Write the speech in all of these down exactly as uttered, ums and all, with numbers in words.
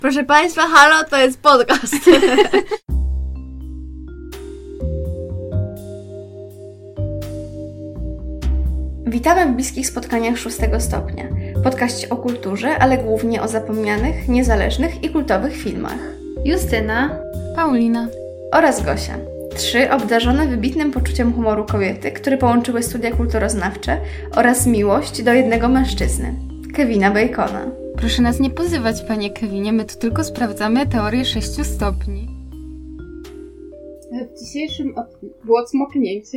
Proszę Państwa, halo, to jest podcast. Witamy w bliskich spotkaniach szóstego stopnia. Podcaście o kulturze, ale głównie o zapomnianych, niezależnych i kultowych filmach. Justyna, Paulina oraz Gosia. Trzy obdarzone wybitnym poczuciem humoru kobiety, które połączyły studia kulturoznawcze oraz miłość do jednego mężczyzny, Kevina Bacona. Proszę nas nie pozywać, panie Kevinie, my tu tylko sprawdzamy teorię sześciu stopni. W dzisiejszym... Od... Było cmoknięcie.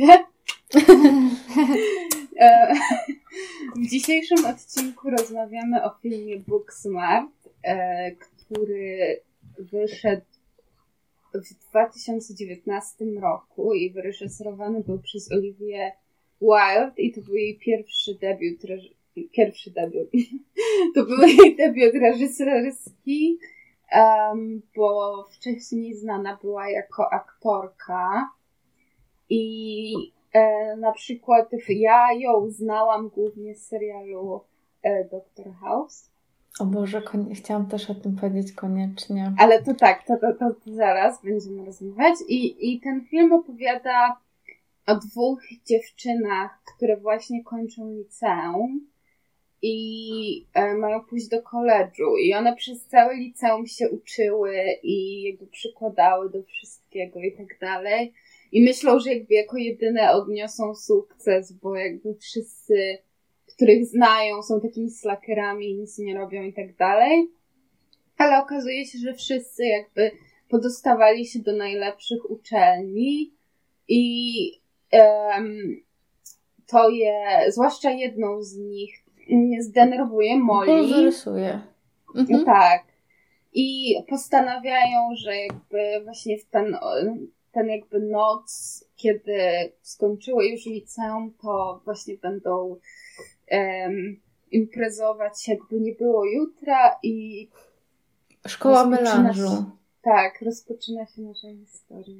W dzisiejszym odcinku rozmawiamy o filmie Booksmart, który wyszedł w dwa tysiące dziewiętnastym roku i wyreżyserowany był przez Olivię Wilde i to był jej pierwszy debiut, pierwszy debiut, to był jej debiut reżyserski, um, bo wcześniej znana była jako aktorka i e, na przykład ja ją znałam głównie z serialu e, Doctor House. O Boże, konie- chciałam też o tym powiedzieć koniecznie. Ale to tak, to, to, to, to zaraz będziemy rozmawiać. I, I ten film opowiada o dwóch dziewczynach, które właśnie kończą liceum i e, mają pójść do koledżu. I one przez całe liceum się uczyły i jakby przykładały do wszystkiego i tak dalej. I myślą, że jakby jako jedyne odniosą sukces, bo jakby wszyscy, których znają, są takimi slackerami, nic nie robią i tak dalej. Ale okazuje się, że wszyscy jakby podostawali się do najlepszych uczelni i um, to je, zwłaszcza jedną z nich, zdenerwuje Molly. Zarysuje. Mhm. No tak. I postanawiają, że jakby właśnie w ten, ten jakby noc, kiedy skończyły już liceum, to właśnie będą um, imprezować, jakby nie było jutra i szkoła melanżu. Się, tak, rozpoczyna się nasza historia.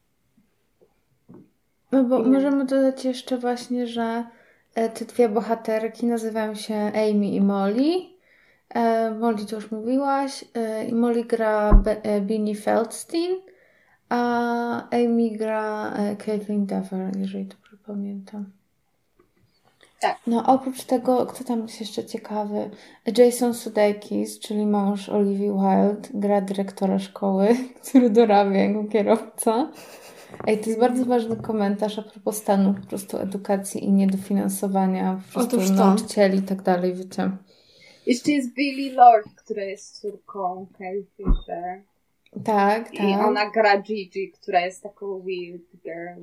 No bo możemy dodać jeszcze właśnie, że te dwie bohaterki nazywają się Amy i Molly. E, Molly to już mówiłaś. E, I Molly gra Be- e, Beanie Feldstein, a Amy gra e, Caitlin Dever, jeżeli dobrze pamiętam. Tak. No oprócz tego, kto tam jest jeszcze ciekawy? Jason Sudeikis, czyli mąż Olivia Wilde, gra dyrektora szkoły, który dorabia jako kierowca. Ej, to jest bardzo ważny komentarz a propos stanu po prostu edukacji i niedofinansowania po prostu nauczycieli i tak dalej, wiecie. Jeszcze jest Billie Lord, która jest córką Carrie Fisher. Tak, tak. I ona gra Gigi, która jest taką weird girl.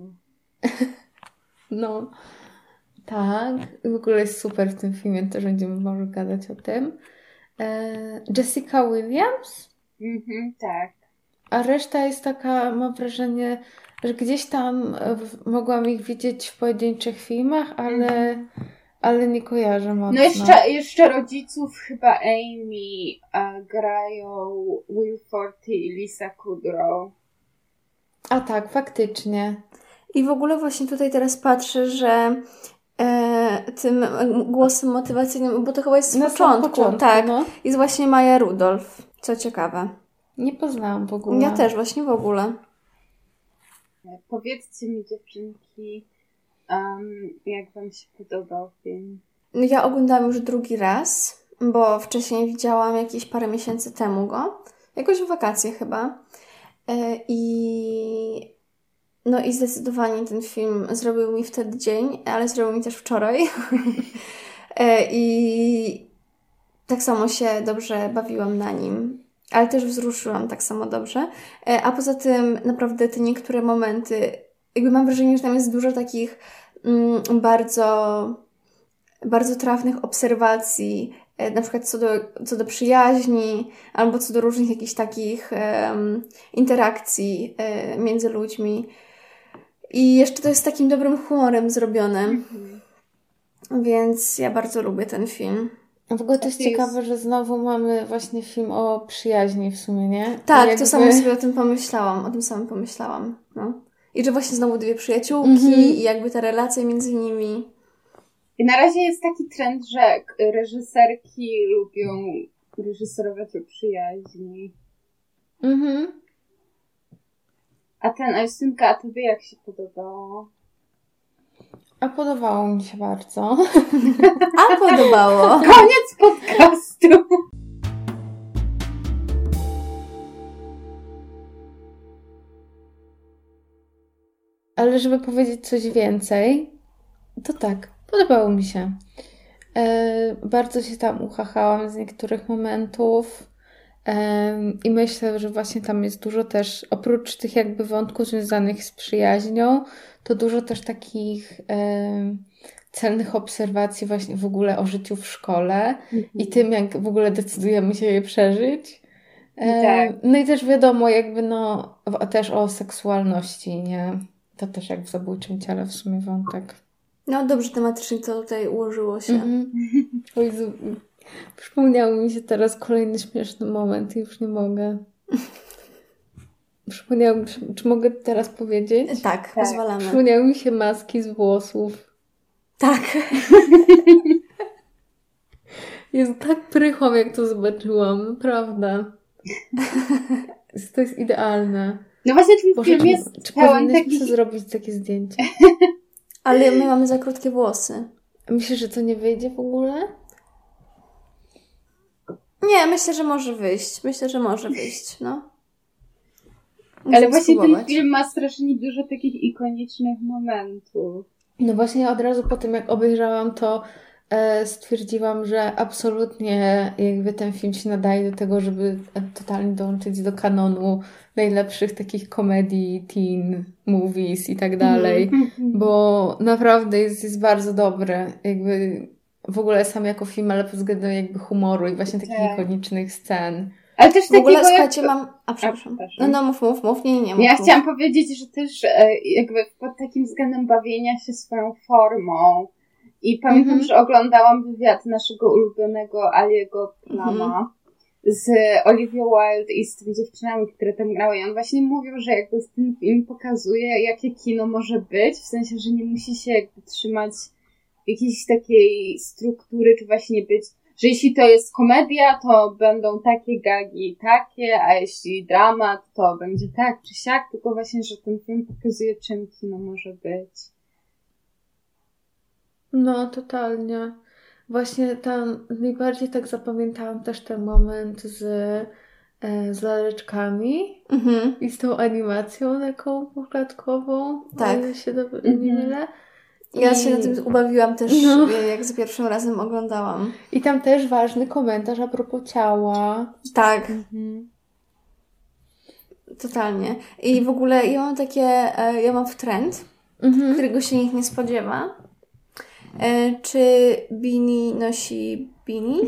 No, tak. W ogóle jest super w tym filmie, też będziemy może gadać o tym. E, Jessica Williams? Mhm, tak. A reszta jest taka, mam wrażenie, że gdzieś tam w, mogłam ich widzieć w pojedynczych filmach, ale, mm. ale nie kojarzę mocno. No jeszcze, jeszcze rodziców chyba Amy a, grają Will Forte i Lisa Kudrow. A tak, faktycznie. I w ogóle właśnie tutaj teraz patrzę, że e, tym głosem motywacyjnym, bo to chyba jest z Na początku, początku, tak, no. jest właśnie Maya Rudolph, co ciekawe. Nie poznałam w ogóle. Ja też, właśnie w ogóle. Powiedzcie mi, dziewczynki, um, jak wam się podobał film? Ja oglądałam już drugi raz, bo wcześniej widziałam jakieś parę miesięcy temu go. Jakoś w wakacje chyba. I no i zdecydowanie ten film zrobił mi wtedy dzień, ale zrobił mi też wczoraj. I tak samo się dobrze bawiłam na nim. Ale też wzruszyłam tak samo dobrze. A poza tym naprawdę te niektóre momenty, jakby mam wrażenie, że tam jest dużo takich mm, bardzo, bardzo trafnych obserwacji, na przykład co do, co do przyjaźni, albo co do różnych jakichś takich um, interakcji um, między ludźmi. I jeszcze to jest takim dobrym humorem zrobione. Mm-hmm. Więc ja bardzo lubię ten film. W ogóle to jest ciekawe, że znowu mamy właśnie film o przyjaźni w sumie, nie? Tak, jakby... to samo sobie o tym pomyślałam. O tym samym pomyślałam. No. I że właśnie znowu dwie przyjaciółki mm-hmm. i jakby te relacje między nimi. I na razie jest taki trend, że reżyserki lubią reżyserować o przyjaźni. Mhm. A ten, a Justynka, a tobie jak się podobało? A podobało mi się bardzo. A podobało. Koniec podcastu! Ale żeby powiedzieć coś więcej, to tak, podobało mi się. E, bardzo się tam uchachałam z niektórych momentów e, i myślę, że właśnie tam jest dużo też, oprócz tych jakby wątków związanych z przyjaźnią, to dużo też takich e, celnych obserwacji właśnie w ogóle o życiu w szkole mhm. i tym, jak w ogóle decydujemy się je przeżyć. E, tak. No i też wiadomo, jakby no, też o seksualności, nie? To też jak w Zabójczym ciele w sumie wątek. No dobrze tematycznie to tutaj ułożyło się. Mm-hmm. O Jezu, przypomniał mi się teraz kolejny śmieszny moment i już nie mogę. Przypomniał mi się, czy mogę teraz powiedzieć? Tak, tak. Pozwalamy. Przypomniały mi się maski z włosów. Tak. Jezu, tak prychłam, jak to zobaczyłam. Naprawdę. To jest idealne. No właśnie ten Boże, film czy, jest czy pełen takich... zrobić takie zdjęcie? Ale my mamy za krótkie włosy. Myślisz, że to nie wyjdzie w ogóle? Nie, myślę, że może wyjść. Myślę, że może wyjść, no. Musimy Ale właśnie spróbować. Ten film ma strasznie dużo takich ikonicznych momentów. No właśnie od razu po tym, jak obejrzałam to, e, stwierdziłam, że absolutnie jakby ten film się nadaje do tego, żeby totalnie dołączyć do kanonu najlepszych takich komedii, teen movies i tak dalej, mm-hmm. bo naprawdę jest, jest bardzo dobry. Jakby w ogóle sam jako film, ale pod względem jakby humoru i właśnie takich tak. ikonicznych scen. Ale też w ogóle, takiego słuchajcie, jak... mam... A, przepraszam. No, no, mów, mów, mów. Nie, nie, nie. Mów, ja mów. chciałam powiedzieć, że też jakby pod takim względem bawienia się swoją formą. I pamiętam, mm-hmm. że oglądałam wywiad naszego ulubionego Aliego Plama mm-hmm. z Olivia Wilde i z tymi dziewczynami, które tam grały. I on właśnie mówił, że jakby ten film pokazuje, jakie kino może być. W sensie, że nie musi się jakby trzymać jakiejś takiej struktury, czy właśnie być, że jeśli to jest komedia, to będą takie gagi takie, a jeśli dramat, to będzie tak czy siak, tylko właśnie, że ten film pokazuje, czym kino może być. No, totalnie. Właśnie tam najbardziej tak zapamiętałam też ten moment z, e, z laleczkami mhm. i z tą animacją taką poklatkową. Tak. Ja się do, nie mylę. Ja I... się na tym ubawiłam też, no. jak za pierwszym razem oglądałam. I tam też ważny komentarz a propos ciała. Tak. Mhm. Totalnie. I w ogóle ja mam takie, ja mam trend, mhm. którego się nikt nie spodziewa. Czy Bini nosi Bini?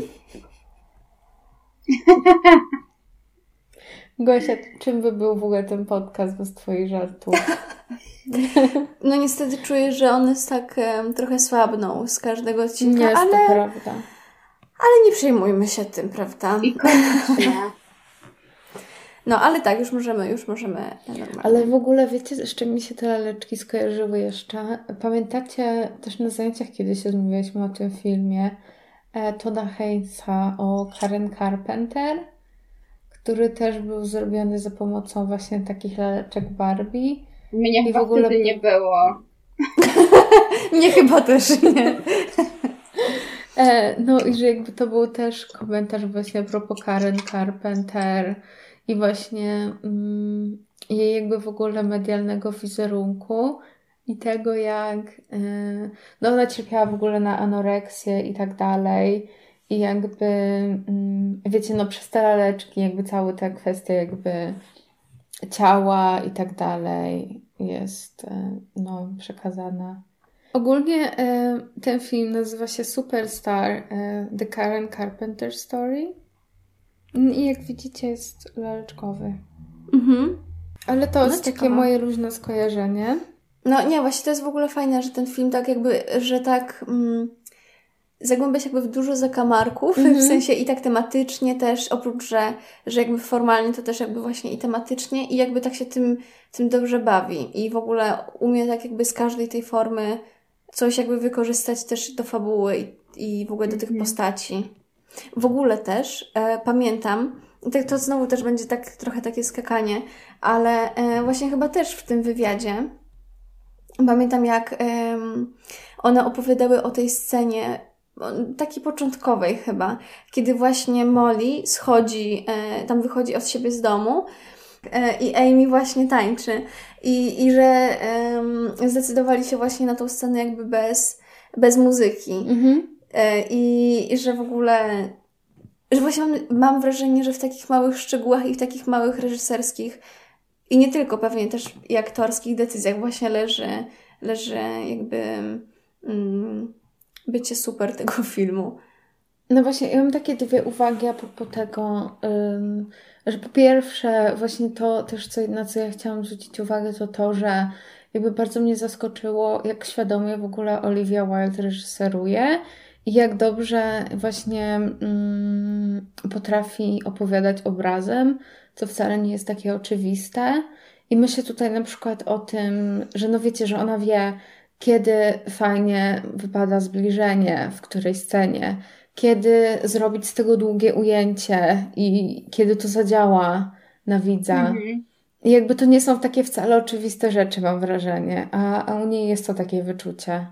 Gosia, czym by był w ogóle ten podcast bez twoich żartów? No niestety czuję, że one jest tak um, trochę słabną z każdego odcinka, jest ale... to prawda. Ale nie przejmujmy się tym, prawda? I koniecznie. No, ale tak, już możemy, już możemy normalnie. Ale w ogóle wiecie, z czym mi się te laleczki skojarzyły jeszcze? Pamiętacie, też na zajęciach kiedyś rozmawialiśmy o tym filmie e, Toda Hayesa o Karen Carpenter, który też był zrobiony za pomocą właśnie takich laleczek Barbie. Mnie chyba w ogóle wtedy nie było. Mnie chyba też nie. e, no i że jakby to był też komentarz właśnie a propos Karen Carpenter i właśnie mm, jej jakby w ogóle medialnego wizerunku i tego jak yy, no ona cierpiała w ogóle na anoreksję i tak dalej i jakby yy, wiecie, no przez te laleczki jakby całe te kwestie jakby ciała i tak dalej jest yy, no przekazana. Ogólnie yy, ten film nazywa się Superstar yy, The Karen Carpenter Story. I jak widzicie jest laleczkowy. Mhm. Ale to no jest ciekawe. Takie moje luźne skojarzenie. No nie, właśnie to jest w ogóle fajne, że ten film tak jakby, że tak mm, zagłębia się jakby w dużo zakamarków, mm-hmm. w sensie i tak tematycznie też, oprócz, że, że jakby formalnie to też jakby właśnie i tematycznie i jakby tak się tym, tym dobrze bawi i w ogóle umie tak jakby z każdej tej formy coś jakby wykorzystać też do fabuły i, i w ogóle do tych mm-hmm. postaci. W ogóle też e, pamiętam, tak to znowu też będzie tak trochę takie skakanie, ale e, właśnie chyba też w tym wywiadzie pamiętam, jak em, one opowiadały o tej scenie, o- takiej początkowej chyba, kiedy właśnie Molly schodzi, e, tam wychodzi od siebie z domu e, i Amy właśnie tańczy. I, i że em, zdecydowali się właśnie na tą scenę jakby bez, bez muzyki. Mhm. E, I, I że w ogóle, że właśnie mam, mam wrażenie, że w takich małych szczegółach i w takich małych reżyserskich i nie tylko, pewnie też i aktorskich decyzjach właśnie leży, leży jakby mm, bycie super tego filmu. No właśnie, ja mam takie dwie uwagi a propos tego, ym, że po pierwsze właśnie to też, co, na co ja chciałam zwrócić uwagę, to to, że jakby bardzo mnie zaskoczyło, jak świadomie w ogóle Olivia Wilde reżyseruje i jak dobrze właśnie mm, potrafi opowiadać obrazem, co wcale nie jest takie oczywiste. I myślę tutaj na przykład o tym, że no wiecie, że ona wie, kiedy fajnie wypada zbliżenie w której scenie, kiedy zrobić z tego długie ujęcie i kiedy to zadziała na widza. Mhm. I jakby to nie są takie wcale oczywiste rzeczy, mam wrażenie, a, a u niej jest to takie wyczucie.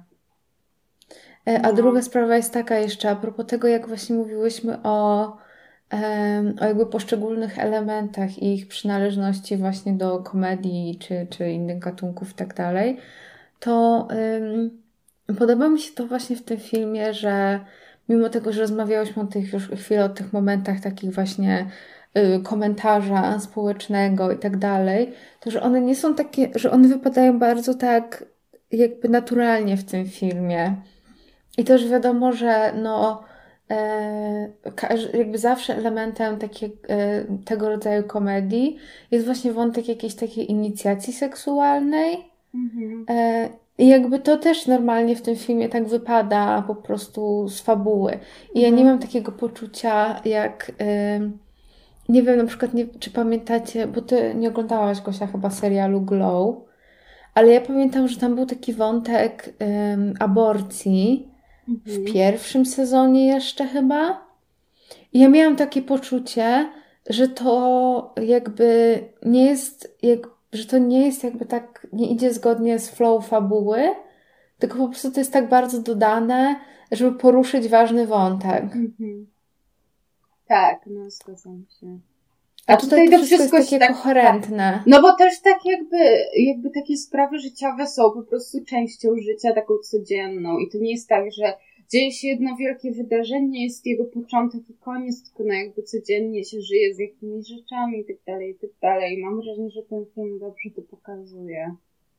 E, A No. druga sprawa jest taka jeszcze, a propos tego, jak właśnie mówiłyśmy o, em, o jakby poszczególnych elementach i ich przynależności właśnie do komedii czy, czy innych gatunków i tak dalej, to ym, podoba mi się to właśnie w tym filmie, że mimo tego, że rozmawiałyśmy o tych już chwilę, o tych momentach takich właśnie y, komentarza społecznego i tak dalej, to że one nie są takie, że one wypadają bardzo tak jakby naturalnie w tym filmie. I też wiadomo, że no e, każ- jakby zawsze elementem takie, e, tego rodzaju komedii jest właśnie wątek jakiejś takiej inicjacji seksualnej. Mhm. E, I jakby to też normalnie w tym filmie tak wypada po prostu z fabuły. I ja nie mam takiego poczucia jak... em, nie wiem, na przykład, nie, czy pamiętacie, bo ty nie oglądałaś, Gosia, chyba serialu Glow, ale ja pamiętam, że tam był taki wątek em, aborcji w Mhm. pierwszym sezonie jeszcze chyba. I ja miałam takie poczucie, że to jakby nie jest, jak, że to nie jest jakby tak, nie idzie zgodnie z flow fabuły, tylko po prostu to jest tak bardzo dodane, żeby poruszyć ważny wątek. Mhm. Tak, no zgadzam się. A tutaj to wszystko jest się takie koherentne. No bo też tak jakby, jakby takie sprawy życiowe są po prostu częścią życia taką codzienną i to nie jest tak, że dzieje się jedno wielkie wydarzenie, jest jego początek i koniec, tylko no jakby codziennie się żyje z jakimiś rzeczami i tak dalej, i tak dalej. I mam wrażenie, że ten film dobrze to pokazuje.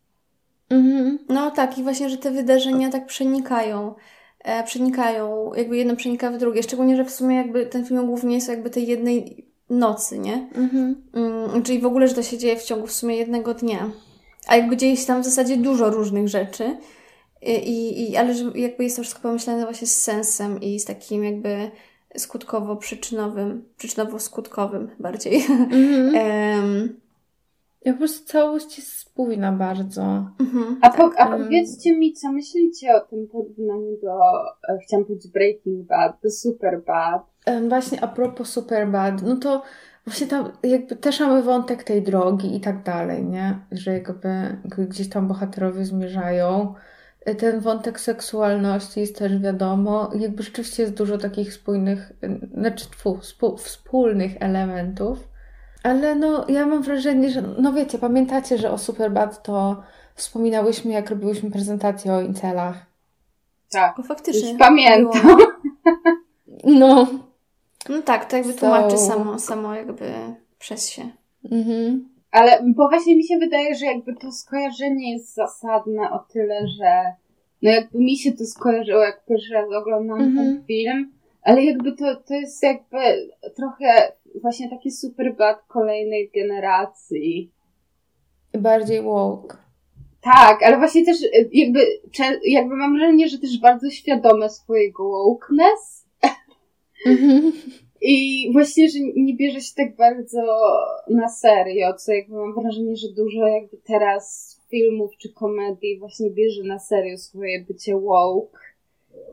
Mhm. No tak, i właśnie, że te wydarzenia tak przenikają. E, przenikają, jakby jedno przenika w drugie. Szczególnie, że w sumie jakby ten film głównie jest jakby tej jednej nocy, nie? Mhm. Mm, czyli w ogóle, że to się dzieje w ciągu w sumie jednego dnia. A jakby dzieje się tam w zasadzie dużo różnych rzeczy. I, i, i, ale że jakby jest to wszystko pomyślane właśnie z sensem i z takim jakby skutkowo-przyczynowym, przyczynowo-skutkowym bardziej. Mhm. Em, Ja po prostu całość jest spójna bardzo. mhm, A, po, a em. powiedzcie mi, co myślicie o tym porównaniu do, e, chciałam powiedzieć Breaking Bad, do Superbad? Em, Właśnie a propos Superbad, no to właśnie tam jakby też mamy wątek tej drogi i tak dalej, nie? Że jakby gdzieś tam bohaterowie zmierzają. E, Ten wątek seksualności jest też wiadomo. Jakby rzeczywiście jest dużo takich spójnych, e, znaczy tfu, spu, wspólnych elementów. Ale no ja mam wrażenie, że no wiecie, pamiętacie, że o Superbad to wspominałyśmy, jak robiłyśmy prezentację o incelach. Tak, bo faktycznie. już pamiętam. było, no. No. No tak, to jakby So- tłumaczy samo, samo jakby przez się. Mhm. Ale bo właśnie mi się wydaje, że jakby to skojarzenie jest zasadne o tyle, że no jakby mi się to skojarzyło, jak pierwszy raz oglądałam Mhm. ten film, ale jakby to, to jest jakby trochę właśnie taki Superbad kolejnej generacji. Bardziej woke. Tak, ale właśnie też y, jakby, cze- jakby mam wrażenie, że też bardzo świadome swojego wokeness Mhm. i właśnie, że nie bierze się tak bardzo na serio, co jakby mam wrażenie, że dużo jakby teraz filmów czy komedii właśnie bierze na serio swoje bycie woke.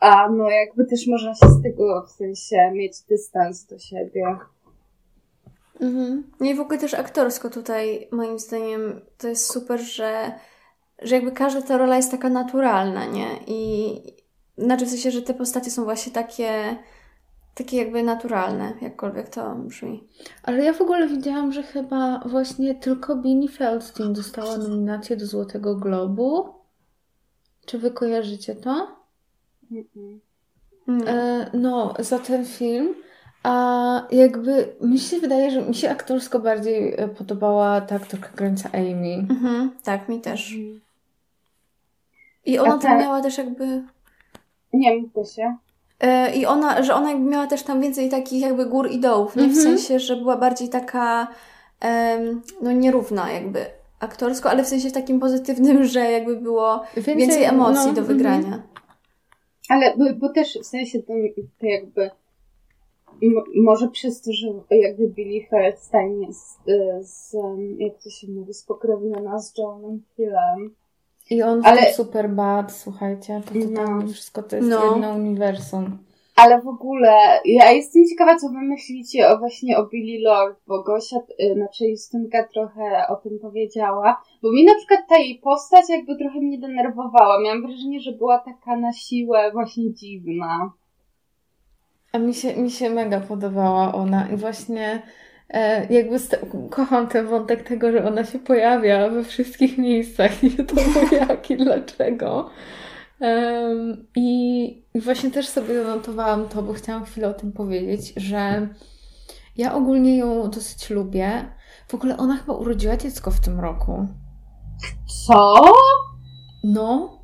a no jakby też można się z tego w sensie mieć dystans do siebie. Mhm. No i w ogóle też aktorsko tutaj moim zdaniem to jest super, że, że jakby każda ta rola jest taka naturalna, nie? I znaczy w sensie, że te postacie są właśnie takie takie jakby naturalne, jakkolwiek to brzmi. Ale ja w ogóle widziałam, że chyba właśnie tylko Beanie Feldstein dostała nominację do Złotego Globu. Czy wy kojarzycie to? Mm-mm. E, no, za ten film. A jakby mi się wydaje, że mi się aktorsko bardziej podobała ta aktorka grająca Amy. Mhm, tak, mi też. Mhm. I ona A tam te- miała też jakby... Nie mówmy się. E, I ona, że ona jakby miała też tam więcej takich jakby gór i dołów, nie? W Mhm. sensie, że była bardziej taka em, no nierówna jakby aktorsko, ale w sensie takim pozytywnym, że jakby było Więcej, więcej emocji no, do mhm. wygrania. Ale bo, bo też w sensie to, to jakby m- może przez to, że jakby Billie Feldstein jest z, z jak to się mówi, spokrewniona z Johnem Hillem. I on w Ale- tym Superbad, słuchajcie, to totalnie No. wszystko to jest No. jedno uniwersum. Ale w ogóle ja jestem ciekawa, co wy myślicie o właśnie o Billie Lourd, bo Gosia, y, znaczy Justynka trochę o tym powiedziała, bo mi na przykład ta jej postać jakby trochę mnie denerwowała. Miałam wrażenie, że była taka na siłę właśnie dziwna. A mi się, mi się mega podobała ona i właśnie e, jakby st- kocham ten wątek tego, że ona się pojawia we wszystkich miejscach i to jaki, dlaczego. Em, i, I właśnie też sobie zanotowałam to, bo chciałam chwilę o tym powiedzieć, że ja ogólnie ją dosyć lubię. W ogóle ona chyba urodziła dziecko w tym roku. Co? No,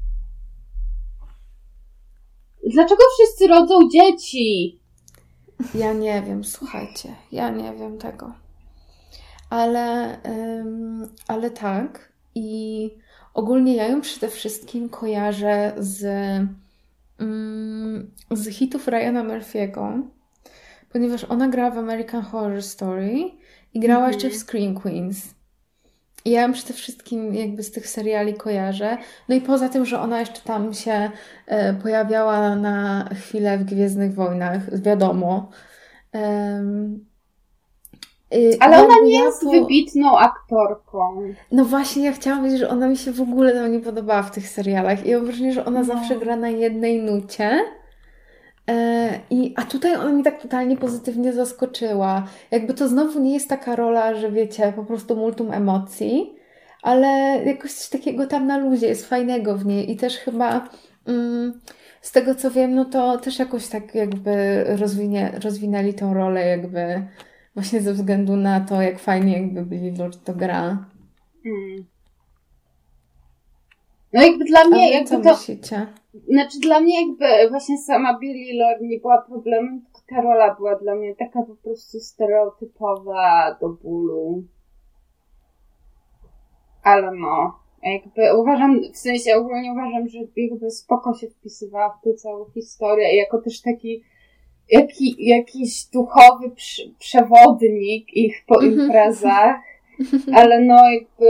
Dlaczego wszyscy rodzą dzieci? ja nie wiem, słuchajcie, ja nie wiem tego. Ale, ym, ale tak. I ogólnie ja ją przede wszystkim kojarzę z, ym, z hitów Ryana Murphy'ego, ponieważ ona grała w American Horror Story i grała Mhm. jeszcze w Scream Queens. I ja ją przede wszystkim jakby z tych seriali kojarzę. No i poza tym, że ona jeszcze tam się e, pojawiała na chwilę w Gwiezdnych Wojnach, wiadomo. Em, y, Ale ona jakby nie ja jest po- wybitną aktorką. No właśnie, ja chciałam powiedzieć, że ona mi się w ogóle tam nie podobała w tych serialach. I mam wrażenie, że ona No. zawsze gra na jednej nucie. E, i, a tutaj ona mi tak totalnie pozytywnie zaskoczyła. Jakby to znowu nie jest taka rola, że wiecie, po prostu multum emocji, ale jakoś coś takiego tam na luzie jest fajnego w niej. I też chyba mm, z tego co wiem, no to też jakoś tak jakby rozwinie, rozwinęli tą rolę jakby właśnie ze względu na to, jak fajnie jakby Billie Lourd to gra. Hmm. No jakby dla A mnie, wy jakby co to... myślicie? Znaczy dla mnie jakby właśnie sama Billie Lourd nie była problemem, tylko ta rola była dla mnie taka po prostu stereotypowa do bólu. Ale no, jakby uważam, w sensie ogólnie uważam, że jakby spoko się wpisywała w tę całą historię jako też taki jaki, jakiś duchowy prze- przewodnik ich po Mhm. imprezach, ale no jakby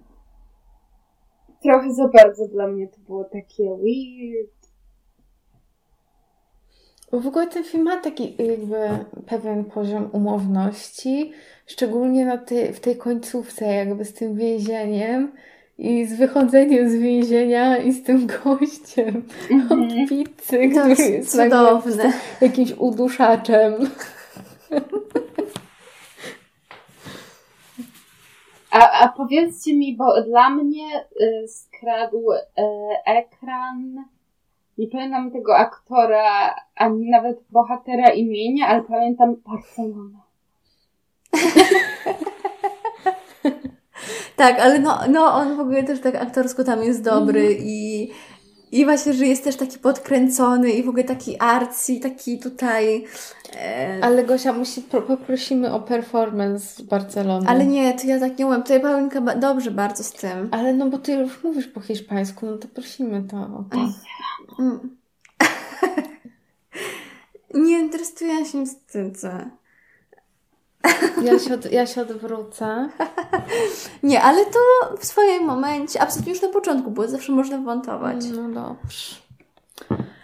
trochę za bardzo dla mnie to było takie weird. Bo w ogóle ten film ma taki jakby pewien poziom umowności, szczególnie na ty, w tej końcówce jakby z tym więzieniem i z wychodzeniem z więzienia i z tym gościem Mhm. od pizzy, To który jest jest nagle cudowne. jakimś uduszaczem. A, a powiedzcie mi, bo dla mnie y, skradł y, ekran, nie pamiętam tego aktora, ani nawet bohatera imienia, ale pamiętam Barcelonę. Tak, ale no, no on w ogóle też tak aktorsko tam jest dobry i, i właśnie, że jest też taki podkręcony i w ogóle taki artsy, taki tutaj... E, Ale Gosia, musi, pro, poprosimy o performance z Barcelony. ale nie, to ja tak nie umiem. Tutaj Paulinka ba- dobrze bardzo z tym. Ale no bo ty już mówisz po hiszpańsku, no to prosimy to o to. Mm. Nie interesuję się z tym, co... Ja się, od, ja się odwrócę. Nie, ale to w swoim momencie, absolutnie już na początku było, zawsze można wmontować. No dobrze.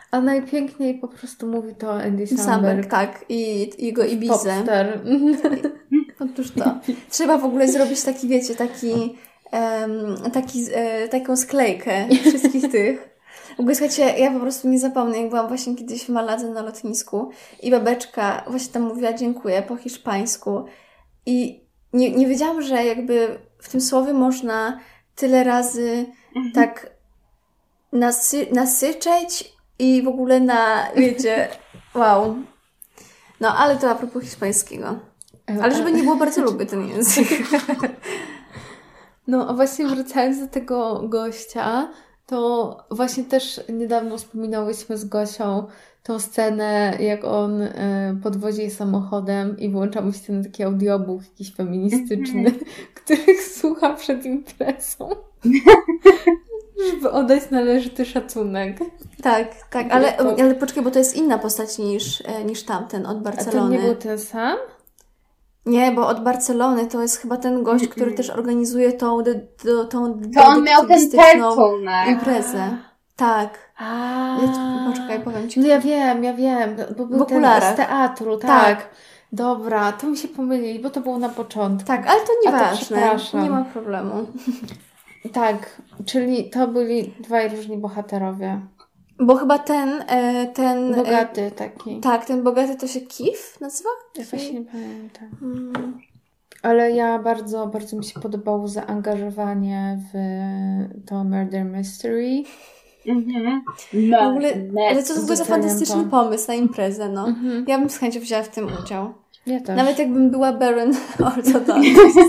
A najpiękniej po prostu mówi to Andy Samberg, Samberg. tak. I i jego Ibizę. Popstar. Otóż to. Trzeba w ogóle zrobić taki, wiecie, taki, um, taki e, taką sklejkę wszystkich tych. W ogóle słuchajcie, ja po prostu nie zapomnę, jak byłam właśnie kiedyś w Maladze na lotnisku i babeczka właśnie tam mówiła dziękuję po hiszpańsku i nie, nie wiedziałam, że jakby w tym słowie można tyle razy mhm. tak nasy, nasyczeć i w ogóle na, wiecie, wow. No, ale to a propos hiszpańskiego. Ale żeby nie było, bardzo lubię ten język. No, a właśnie wracając do tego gościa, to właśnie też niedawno wspominałyśmy z Gosią tą scenę, jak on y, podwozi jej samochodem i włącza mu się ten taki audiobook jakiś feministyczny, mm-hmm. których słucha przed imprezą. Żeby oddać należyty szacunek. Tak, tak, ale, ale poczekaj, bo to jest inna postać niż, niż tamten od Barcelony. A to nie był ten sam? Nie, bo od Barcelony to jest chyba ten gość, mm-hmm. który też organizuje tą, de, de, tą to on miał ten turtleneck. imprezę. Tak. A. Ja, poczekaj, powiem Ci. No ja wiem, ja wiem, bo był ten z teatru, tak. tak. Dobra, to mi się pomylili, bo to było na początku. Tak, ale to nieważne. To nie ma problemu. Tak, czyli to byli dwaj różni bohaterowie. Bo chyba ten... ten bogaty taki. Tak, ten bogaty to się Kif nazywa? Ja właśnie nie pamiętam. Hmm. Ale ja bardzo, bardzo mi się podobało zaangażowanie w to Murder Mystery. Mhm. No, w ogóle, ale co to w ogóle za fantastyczny to. pomysł na imprezę, no. Mhm. Ja bym z chęcią wzięła w tym udział. Ja też. Nawet jakbym była Baron Orthodox.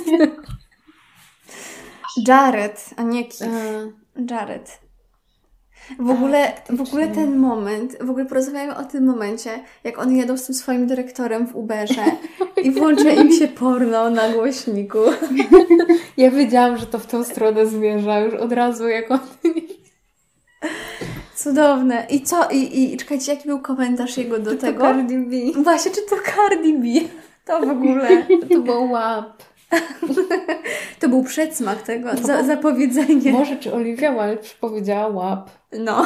Jared, a nie Kif. Uh. Jared. W ogóle, a, w ogóle ten moment, w ogóle porozmawiamy o tym momencie, jak on jedą z tym swoim dyrektorem w Uberze i włącza im się porno na głośniku. Ja wiedziałam, że to w tą stronę zmierza już od razu, jak on... Cudowne. I co? I, i czekajcie, jaki był komentarz jego do czy tego? To Cardi B. Właśnie, czy to Cardi B? To w ogóle. To był łap. To był przedsmak tego, to za, zapowiedzenie. Może czy Olivia Wilde powiedziała łap. No.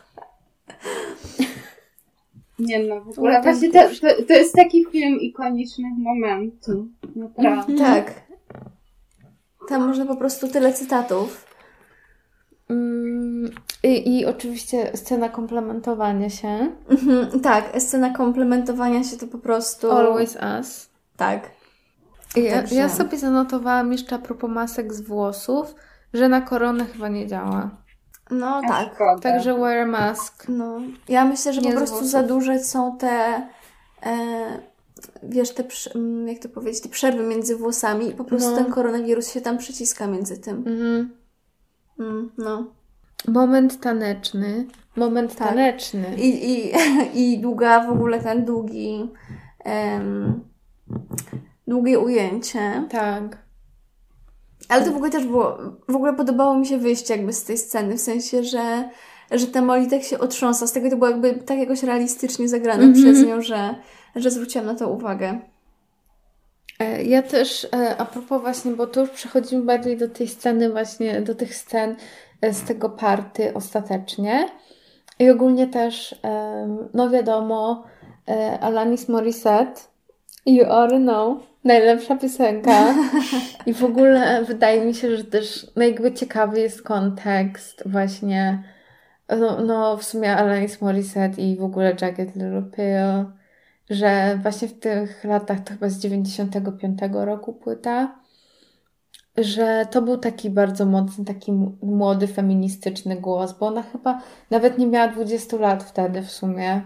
Nie no, w ogóle właśnie to, to, to jest taki film ikonicznych momentów. Naprawdę. Mm, tak. Tam można po prostu tyle cytatów. Mm, i, I oczywiście scena komplementowania się. Mhm, tak, scena komplementowania się to po prostu... Always us. Tak. Ja, ja sobie zanotowałam jeszcze a propos masek z włosów, że na koronę chyba nie działa. No ja tak. Szkoda. Także wear mask. No. Ja myślę, że nie po prostu za duże są te e, wiesz, te jak to powiedzieć, te przerwy między włosami i po prostu no. ten koronawirus się tam przyciska między tym. Mhm. Mm, no. Moment taneczny. Moment tak. taneczny. I, i, I długa, w ogóle ten długi em, długie ujęcie. Tak. Ale to w ogóle też było, w ogóle podobało mi się wyjście jakby z tej sceny, w sensie, że, że ta Molly tak się otrząsa, z tego to było jakby tak jakoś realistycznie zagrane mm-hmm. przez nią, że, że zwróciłam na to uwagę. Ja też, a propos właśnie, bo tu już przechodzimy bardziej do tej sceny właśnie, do tych scen z tego party ostatecznie. I ogólnie też, no wiadomo, Alanis Morissette, You Are Know, najlepsza piosenka. I w ogóle wydaje mi się, że też no jakby ciekawy jest kontekst właśnie, no, no w sumie Alanis Morissette i w ogóle Jagged Little Pill, że właśnie w tych latach, to chyba z dziewięćdziesiątego piątego roku płyta, że to był taki bardzo mocny, taki młody, feministyczny głos, bo ona chyba nawet nie miała dwudziestu lat wtedy w sumie.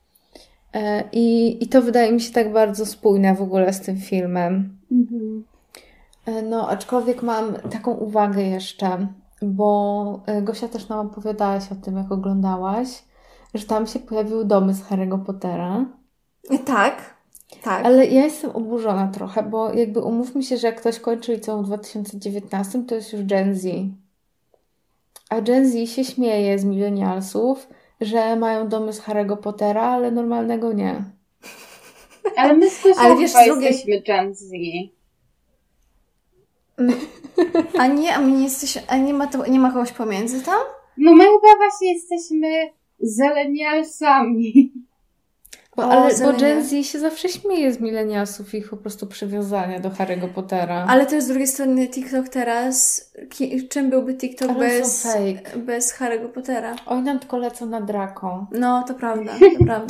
I, i to wydaje mi się tak bardzo spójne w ogóle z tym filmem. Mhm. No, aczkolwiek mam taką uwagę jeszcze, bo Gosia też nam opowiadałaś o tym, jak oglądałaś, że tam się pojawiły domy z Harry'ego Pottera. Tak, tak. Ale ja jestem oburzona trochę, bo jakby umówmy się, że jak ktoś kończy liceum w dwa tysiące dziewiętnastym, to jest już Gen Z. A Gen Z się śmieje z milenialsów, że mają domy z Harry'ego Pottera, ale normalnego nie. Ale my z Kosią ale wiesz, chyba drugie... jesteśmy Gen Z. A nie, a my nie jesteśmy, a nie ma, to, nie ma kogoś pomiędzy tam? No my chyba właśnie jesteśmy zelenialsami. Bo, O, ale, bo zelenia. Gen Z się zawsze śmieje z milenialsów i ich po prostu przywiązania do Harry'ego Pottera. Ale też z drugiej strony TikTok teraz, ki- czym byłby TikTok Ale bez, są fake. bez Harry'ego Pottera? Oni nam tylko lecą na Draco. No, to prawda, to prawda.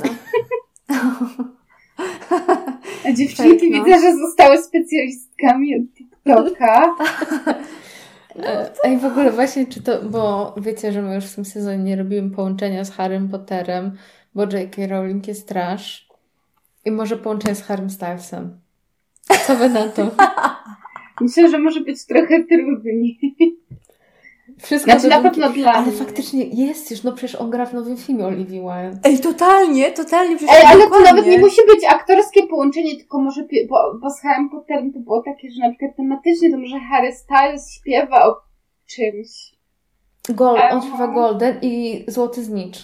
A dziewczynki Tak, no. widzę, że zostały specjalistkami od TikToka. E, Ej, w ogóle właśnie, czy to, bo wiecie, że my już w tym sezonie nie robimy połączenia z Harrym Potterem, bo J K. Rowling jest trash i może połączenie z Harrym Stylesem. Co wy na to? Myślę, że może być trochę trudniej. Wszystko Znaczy, to na pewno dla Ale mnie. faktycznie jest już, no przecież on gra w nowym filmie Olivia Wilde. Ej, totalnie, totalnie. przecież Ej, ale to dokładnie. nawet nie musi być aktorskie połączenie, tylko może, pi- bo, bo z Harrym Potterem to było takie, że na przykład tematycznie to może Harry Styles śpiewa o czymś. Gold, on Aha. śpiewa Golden i Złoty Znicz.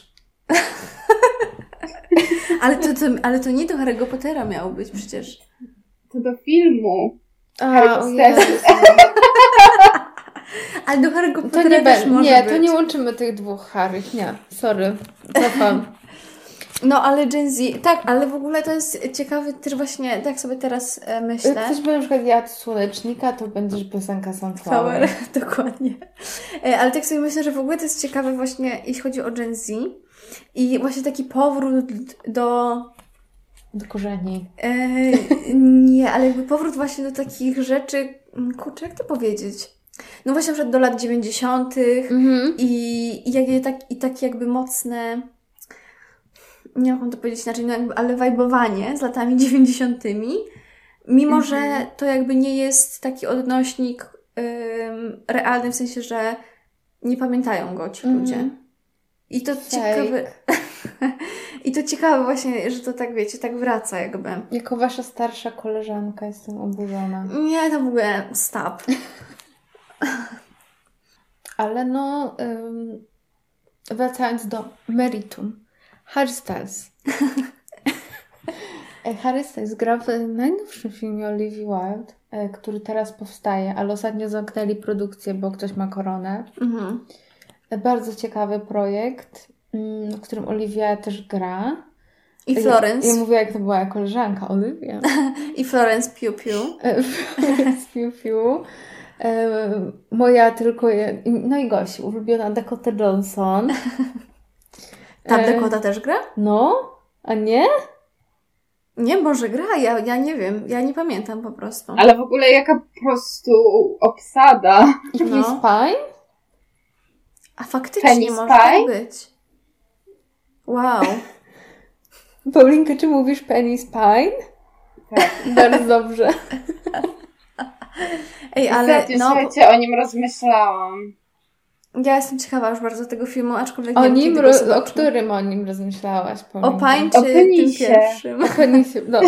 Ale to, to, ale to nie do Harry'ego Pottera miało być przecież. To do filmu. A, Harry o Potter. Jezus. Ale do Harry'ego To Pottera nie, też be, może nie, być. to nie łączymy tych dwóch Harrych, nie. Sorry. Cofam. No, ale Gen Z, tak, ale w ogóle to jest ciekawe też właśnie, tak sobie teraz e, myślę. Jak ktoś by na przykład jadł słonecznika, to będziesz piosenka Sunflower. Flower, dokładnie. E, Ale tak sobie myślę, że w ogóle to jest ciekawe właśnie, jeśli chodzi o Gen Z i właśnie taki powrót do... Do korzeni. E, nie, ale jakby powrót właśnie do takich rzeczy, mm, kurczę, jak to powiedzieć? No właśnie na przykład do lat dziewięćdziesiątych Mhm. i, i, jak, tak, i takie jakby mocne, nie wiem, jak mam to powiedzieć inaczej, no jakby, ale wajbowanie z latami dziewięćdziesiątymi, mimo Mhm. że to jakby nie jest taki odnośnik ym, realny, w sensie, że nie pamiętają go ci ludzie. Mhm. I to Fake. ciekawe... I to ciekawe właśnie, że to tak, wiecie, tak wraca jakby. Jako wasza starsza koleżanka jestem oburzona. Nie, to w ogóle stop. Ale no, ym, wracając do meritum. Harry Styles. E, Harry Styles gra w najnowszym filmie Olivia Wilde, e, który teraz powstaje, ale ostatnio zamknęli produkcję, bo ktoś ma koronę. Mhm. E, Bardzo ciekawy projekt, mm, w którym Olivia też gra. I Florence. Ja, ja mówię, jak to była koleżanka Olivia. I Florence Pugh Pugh. E, Florence Pugh Pugh. E, Moja tylko, je, no i Gosi, ulubiona Dakota Johnson. Tam E, Dakota też gra? No, a nie? Nie, może gra, ja, ja nie wiem, ja nie pamiętam po prostu. Ale w ogóle jaka po prostu obsada. I Chris No. Pine? A faktycznie Penny może Spy? tak być. Wow. Paulinka, czy mówisz Penny Spine? Tak. Bardzo dobrze. Ej, ale Niestety, no, słuchajcie, o nim rozmyślałam. ja jestem ciekawa już bardzo tego filmu, aczkolwiek O nie wiem, nim, kiedy go ro- o zobaczę. którym o nim rozmyślałaś, O Paulinka? Pań O czy tym penisie. pierwszym? O penisie, no.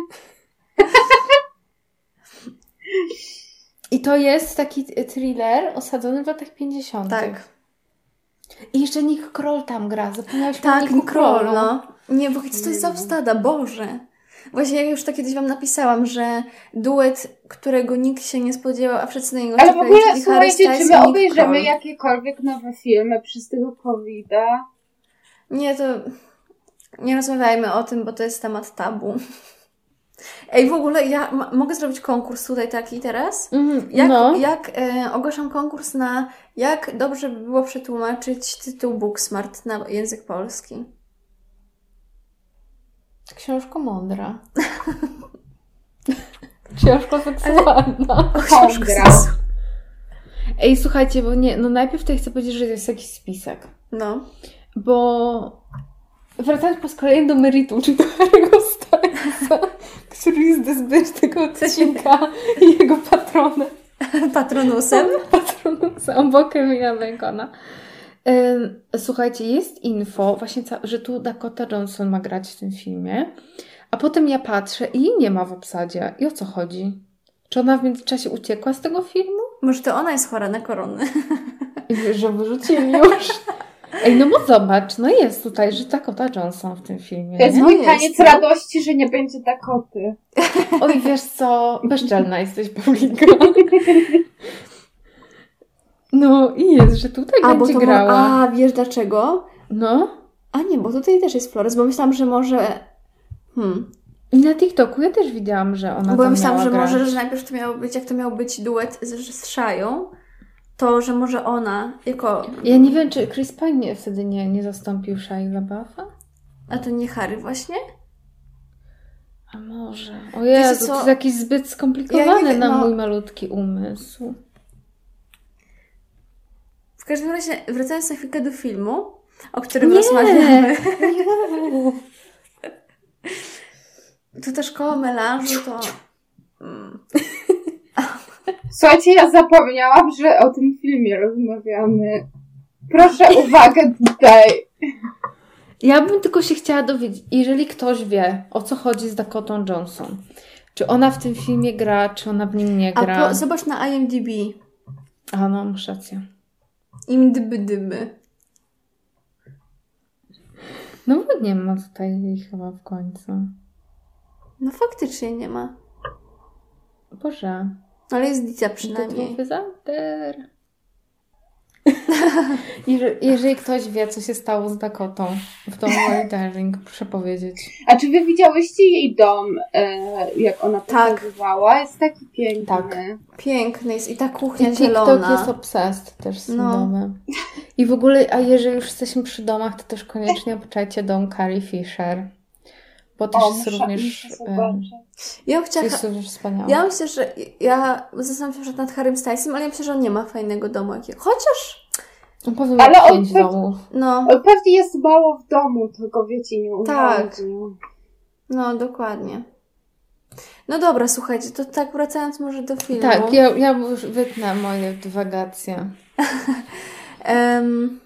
I to jest taki thriller osadzony w latach pięćdziesiątych. Tak. I jeszcze Nick Kroll tam gra. Zapomniałaś Tak, o Nicku Kroll, Krollu. no. Nie, bo co to jest za obstada? Boże. Właśnie ja już to kiedyś Wam napisałam, że duet, którego nikt się nie spodziewał, a wszyscy na niego Ale w czekali, ogóle, czyli Harry słuchajcie, Styles czy i my Nick obejrzymy Kroll. jakiekolwiek nowe filmy przez tego kowida? Nie, to nie rozmawiajmy o tym, bo to jest temat tabu. Ej, w ogóle ja ma- mogę zrobić konkurs tutaj taki teraz? Mhm, Jak, no. jak e, ogłaszam konkurs na jak dobrze by było przetłumaczyć tytuł Booksmart na język polski? Książka mądra. Książka seksualna. Kondra. Ej, słuchajcie, bo nie, no najpierw to chcę powiedzieć, że jest jakiś spisek. No. Bo wracając po z kolei do meritum, czyli do Harry'ego Stylesa, który jest zbyt tego odcinka i jego patronem. Patronusem. Patronusem, bo Kevina Bacona. Ym, Słuchajcie, jest info, właśnie, ca- że tu Dakota Johnson ma grać w tym filmie, a potem ja patrzę i jej nie ma w obsadzie. I o co chodzi? Czy ona w międzyczasie uciekła z tego filmu? Może to ona jest chora na koronę. I wiesz, że wyrzucili już. Ej, no bo zobacz, no jest tutaj, że Dakota Johnson w tym filmie, To jest nie? mój jest, taniec no. radości, że nie będzie Dakoty. Oj, wiesz co, bezczelna jesteś, Paulinka. No i jest, że tutaj A, bo będzie to mo- grała. A, wiesz dlaczego? No, A nie, bo tutaj też jest Flores, bo myślałam, że może... Hmm. I na TikToku ja też widziałam, że ona Bo ja tam myślałam, miała że grać. może, że najpierw to miało być, jak to miał być duet z, z Shają, to, że może ona jako... Ja nie wiem, czy Chris Pine wtedy nie, nie zastąpił Shia LaBeoufa? A to nie Harry właśnie? A może. O Jezu, co? to jest jakieś zbyt skomplikowane Ja nie wiem, na no. mój malutki umysł. W każdym razie, wracając na chwilkę do filmu, o którym Nie. rozmawiamy. Nie. To ta szkoła melanżu to... Mm. Słuchajcie, ja zapomniałam, że o tym filmie rozmawiamy. Proszę uwagę tutaj. Ja bym tylko się chciała dowiedzieć, jeżeli ktoś wie, o co chodzi z Dakotą Johnson, czy ona w tym filmie gra, czy ona w nim nie A gra. po, zobacz na I M D B. A no, masz rację. Im dyby dyby. No bo nie ma tutaj jej chyba w końcu. No faktycznie nie ma. Boże. Ale jest Dita To przynajmniej. Wyzander. Jeżeli, jeżeli ktoś wie, co się stało z Dakotą w domu Daring, proszę powiedzieć. A czy wy widziałyście jej dom, e, jak ona Tak. pokazywała? Jest taki piękny. Tak. Piękny jest i ta kuchnia I TikTok zielona. jest obsessed też z tym No. domem. I w ogóle, a jeżeli już jesteśmy przy domach, to też koniecznie obczajcie dom Carrie Fisher. Bo też O, jest muszę, również, muszę em, zobaczyć. Ja bym chciała... jest również wspaniały. Ja myślę, że ja zastanawiam się nad Harrym Stylesem, ale ja myślę, że on nie ma fajnego domu jakiego. Chociaż, Powiem Ale jak on pięć pe- domów. no, O, pewnie jest mało w domu, tylko wiecie, nie Tak. urządził. no dokładnie. No dobra, słuchajcie, to tak wracając może do filmu. Tak, ja, ja już wytnę moje dywagacje. Em,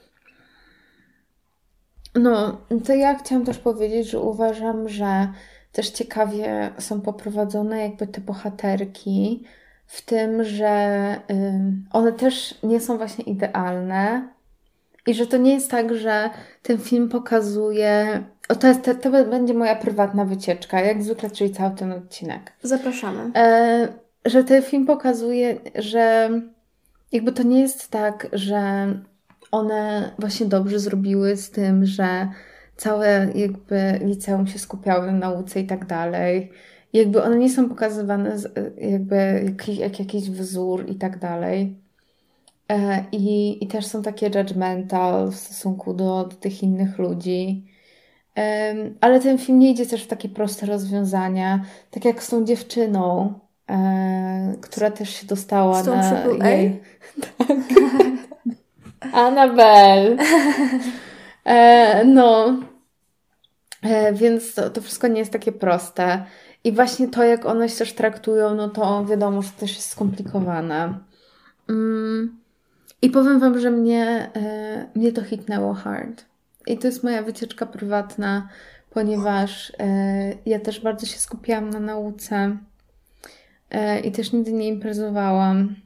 No, to ja chciałam też powiedzieć, że uważam, że też ciekawie są poprowadzone jakby te bohaterki w tym, że ym, one też nie są właśnie idealne i że to nie jest tak, że ten film pokazuje... O, to, jest, to, to będzie moja prywatna wycieczka, jak zwykle, czyli cały ten odcinek. zapraszamy. E, że ten film pokazuje, że jakby to nie jest tak, że one właśnie dobrze zrobiły z tym, że całe jakby liceum się skupiało na nauce i tak dalej. I jakby one nie są pokazywane z, jakby jak, jak jakiś wzór i tak dalej. E, i, I też są takie judgmental w stosunku do, do tych innych ludzi. Em, ale ten film nie idzie też w takie proste rozwiązania, tak jak z tą dziewczyną, e, która też się dostała Z tą na triple A? jej... Tak. Annabelle. E, no. E, więc to, to wszystko nie jest takie proste. I właśnie to, jak one się też traktują, no to wiadomo, że też jest skomplikowane. Mm. I powiem Wam, że mnie, e, mnie to hitnęło hard. I to jest moja wycieczka prywatna, ponieważ e, ja też bardzo się skupiałam na nauce e, i też nigdy nie imprezowałam.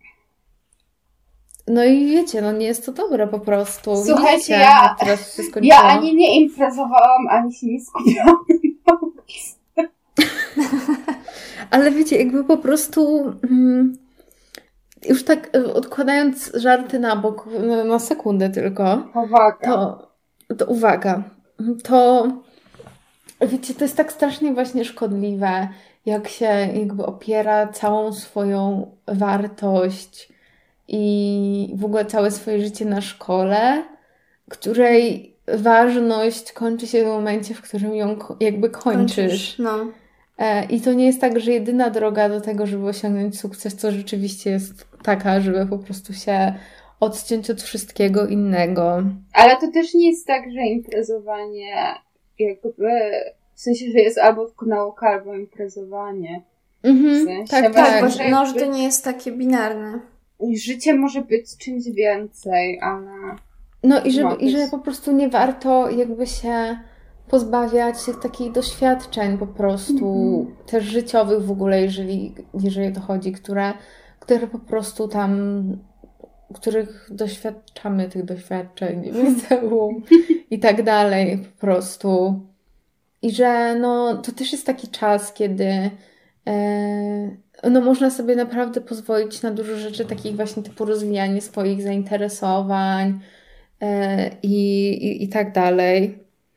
No i wiecie, no nie jest to dobre po prostu. Słuchajcie, Widzicie, ja- jak teraz się skończyło. Ja ani nie imprezowałam, ani się nie skupiałam. Ale wiecie, jakby po prostu mm, już tak e, odkładając żarty na bok, na, na sekundę tylko, Powaga. to, to uwaga, to wiecie, to jest tak strasznie właśnie szkodliwe, jak się jakby opiera całą swoją wartość i w ogóle całe swoje życie na szkole, której ważność kończy się w momencie, w którym ją ko- jakby kończysz. No. E, I to nie jest tak, że jedyna droga do tego, żeby osiągnąć sukces, to rzeczywiście jest taka, żeby po prostu się odciąć od wszystkiego innego. Ale to też nie jest tak, że imprezowanie jakby... W sensie, że jest albo tylko nauka, albo imprezowanie. Mhm, W sensie, tak, właśnie, Tak, tak. właśnie, no, że to jakby- nie jest takie binarne. Życie może być czymś więcej, ale... No i że, No, i że jest- po prostu nie warto jakby się pozbawiać tych takich doświadczeń po prostu, Mhm. też życiowych w ogóle, jeżeli, jeżeli o to chodzi, które, które po prostu tam, których doświadczamy tych doświadczeń w liceum i tak dalej po prostu. I że no, to też jest taki czas, kiedy e, no, można sobie naprawdę pozwolić na dużo rzeczy takich właśnie typu rozwijanie swoich zainteresowań, i, i, i tak dalej.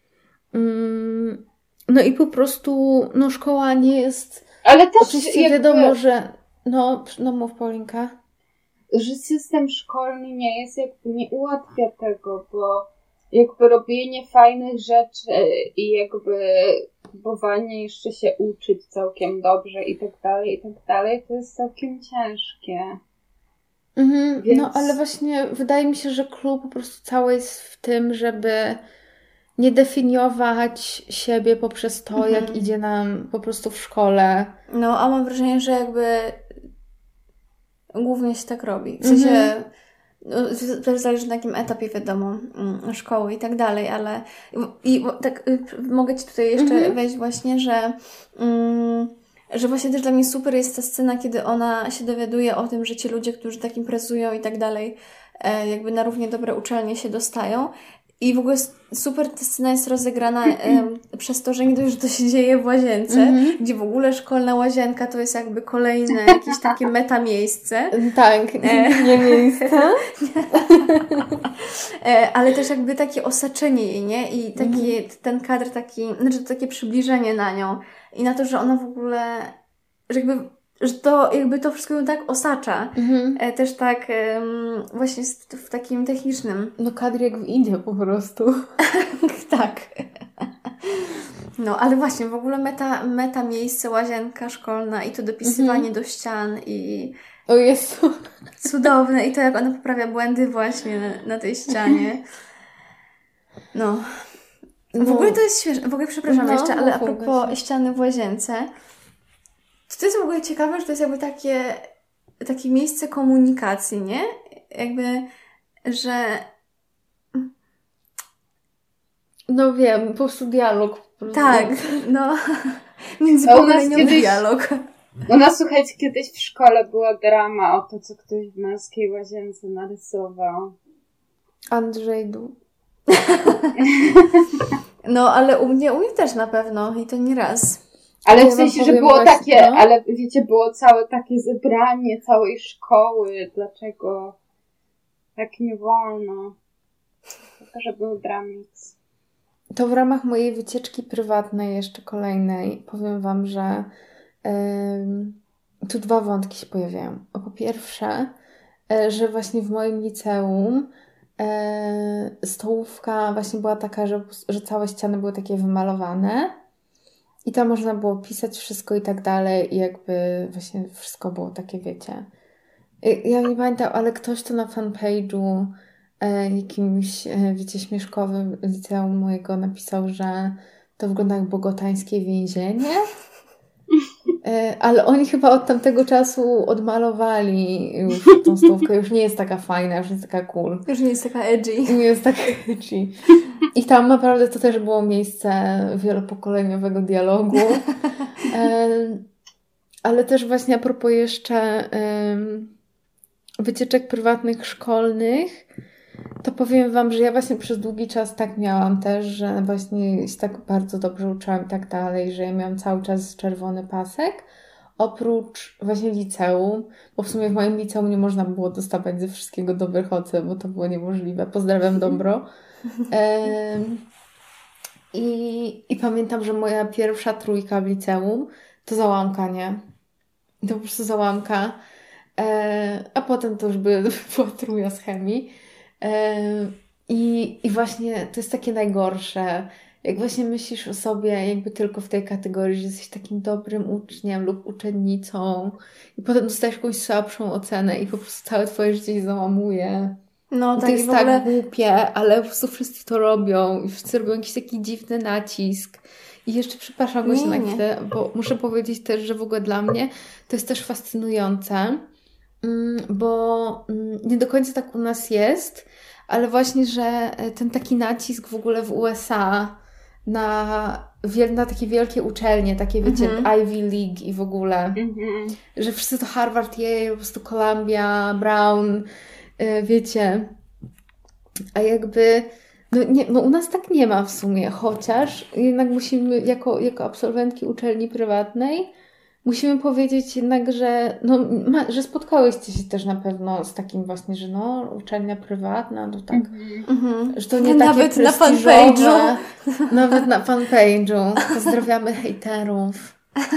No i po prostu no szkoła nie jest... Ale też oczywiście jakby... wiadomo, że... No, no mów Paulinka. Że system szkolny nie jest jakby, nie ułatwia tego, bo jakby robienie fajnych rzeczy i jakby próbowanie jeszcze się uczyć całkiem dobrze i tak dalej, i tak dalej, to jest całkiem ciężkie. Mhm, Więc... No ale właśnie wydaje mi się, że clue po prostu cały jest w tym, żeby nie definiować siebie poprzez to, mhm. jak idzie nam po prostu w szkole. No, a mam wrażenie, że jakby głównie się tak robi. W sensie mhm. no, też zależy na jakim etapie, wiadomo, szkoły i tak dalej, ale i, i tak mogę Ci tutaj jeszcze mhm. wejść właśnie, że mm, że właśnie też dla mnie super jest ta scena, kiedy ona się dowiaduje o tym, że ci ludzie, którzy tak imprezują i tak dalej, e, jakby na równie dobre uczelnie się dostają. I w ogóle super ta scena jest rozegrana e, przez to, że nie dość, że to się dzieje w łazience, mm-hmm. gdzie w ogóle szkolna łazienka to jest jakby kolejne jakieś takie meta miejsce. Tak, e, nie miejsce. e, ale też jakby takie osaczenie jej, nie? I taki, mm-hmm. ten kadr taki, znaczy takie przybliżenie na nią. I na to, że ona w ogóle, że jakby, że to jakby to wszystko ją tak osacza. Mhm. E, też tak um, właśnie w takim technicznym. No kadr jak w Indiach po prostu. Tak. No, ale właśnie w ogóle meta, meta miejsce, łazienka szkolna i to dopisywanie mhm. do ścian i... O Jezu. Cudowne. I to jak ona poprawia błędy właśnie na, na tej ścianie. No... W no. ogóle to jest śmieszne. W ogóle przepraszam no, jeszcze, ale no, a propos się. ściany w łazience, to, to jest w ogóle ciekawe, że to jest jakby takie, takie miejsce komunikacji, nie? Jakby, że... No wiem, po prostu dialog. Po prostu. Tak, no. Międzypokoleniowy dialog. U nas, słuchajcie, kiedyś w szkole była drama o to, co ktoś w męskiej łazience narysował. Andrzej Du. No, ale u mnie, u mnie też na pewno i to nie raz. Ale w sensie, że było właśnie, takie, no? Ale wiecie, było całe takie zebranie całej szkoły. Dlaczego tak nie wolno? Tylko, że był dramix. To w ramach mojej wycieczki prywatnej, jeszcze kolejnej, powiem Wam, że yy, tu dwa wątki się pojawiają. Po pierwsze, yy, że właśnie w moim liceum stołówka właśnie była taka, że, że całe ściany były takie wymalowane i tam można było pisać wszystko i tak dalej i jakby właśnie wszystko było takie, wiecie. Ja nie pamiętam, ale ktoś to na fanpage'u e, jakimś, e, wiecie, śmieszkowym liceum mojego napisał, że to wygląda jak bogotańskie więzienie. Ale oni chyba od tamtego czasu odmalowali już tą stołówkę. Już nie jest taka fajna, już jest taka cool. Już nie jest taka edgy. Nie jest taka edgy. I tam naprawdę to też było miejsce wielopokoleniowego dialogu. Ale też właśnie a propos jeszcze wycieczek prywatnych, szkolnych, to powiem Wam, że ja właśnie przez długi czas tak miałam też, że właśnie się tak bardzo dobrze uczyłam i tak dalej, że ja miałam cały czas czerwony pasek, oprócz właśnie liceum, bo w sumie w moim liceum nie można było dostawać ze wszystkiego dobrych ocen, bo to było niemożliwe. Pozdrawiam Dobro. Ehm, i, I pamiętam, że moja pierwsza trójka w liceum to załamka, nie? To po prostu załamka. Ehm, a potem to już by, była trójka z chemii. I, I właśnie to jest takie najgorsze, jak właśnie myślisz o sobie jakby tylko w tej kategorii, że jesteś takim dobrym uczniem lub uczennicą i potem dostajesz jakąś słabszą ocenę i po prostu całe twoje życie się załamuje. No, I tak, to jest w ogóle... tak głupie, ale po prostu wszyscy to robią i wszyscy robią jakiś taki dziwny nacisk. I jeszcze przepraszam go się na chwilę, bo muszę powiedzieć też, że w ogóle dla mnie to jest też fascynujące, bo nie do końca tak u nas jest, ale właśnie, że ten taki nacisk w ogóle w U S A na, na takie wielkie uczelnie, takie wiecie, mm-hmm. Ivy League i w ogóle, mm-hmm. że wszyscy to Harvard, Yale, po prostu Columbia, Brown, wiecie, a jakby no, nie, no u nas tak nie ma w sumie, chociaż jednak musimy jako, jako absolwentki uczelni prywatnej Musimy powiedzieć jednak, że, no, ma, że spotkałyście się też na pewno z takim właśnie, że no, uczelnia prywatna, to tak, Mhm. że to nie Nawet takie na prestiżowe. fanpage'u. Nawet na fanpage'u. Pozdrawiamy hejterów.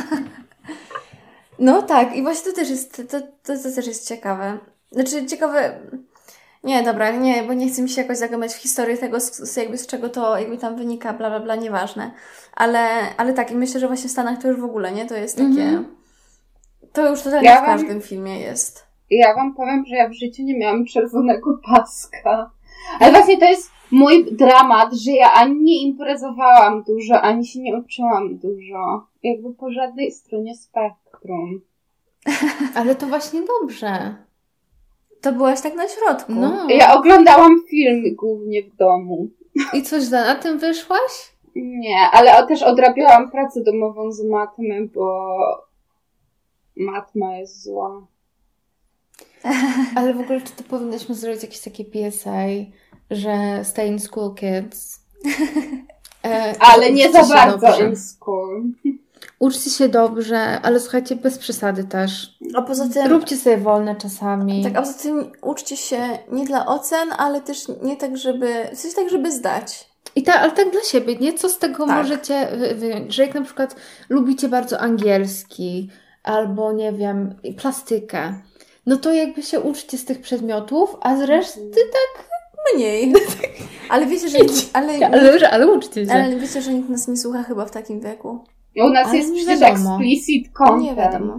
No tak, i właśnie to też jest, to, to, to też jest ciekawe. Znaczy ciekawe... Nie, dobra, nie, bo nie chcę mi się jakoś zagłębiać w historię tego, z, z, jakby z czego to jakby tam wynika, bla, bla, bla, nieważne. Ale, ale tak, i myślę, że właśnie w Stanach to już w ogóle, nie? To jest takie... Mm-hmm. To już totalnie ja w wam, każdym filmie jest. Ja wam powiem, że ja w życiu nie miałam czerwonego paska. Ale właśnie to jest mój dramat, że ja ani nie imprezowałam dużo, ani się nie uczyłam dużo. Jakby po żadnej stronie spektrum. Ale to właśnie dobrze. To byłaś tak na środku. No. Ja oglądałam filmy głównie w domu. I coś na tym wyszłaś? Nie, ale też odrabiałam pracę domową z matmy, bo matma jest zła. Ale w ogóle czy to powinnyśmy zrobić jakieś takie P S A, że stay in school kids? E, ale nie za bardzo dobrze. in school. Uczcie się dobrze, ale słuchajcie, bez przesady też. A poza tym... Róbcie sobie wolne czasami. Tak, a poza tym uczcie się nie dla ocen, ale też nie tak, żeby... W sensie tak, żeby zdać. I tak, ale tak dla siebie, nie? Co z tego tak. możecie wyjąć? Że jak na przykład lubicie bardzo angielski, albo nie wiem, plastykę, no to jakby się uczcie z tych przedmiotów, a z reszty tak mniej. Ale wiecie, że... Ale, ale, ale uczcie się. Ale wiecie, że nikt nas nie słucha chyba w takim wieku. U nas ale jest przecież wiadomo. explicit content. Nie wiadomo.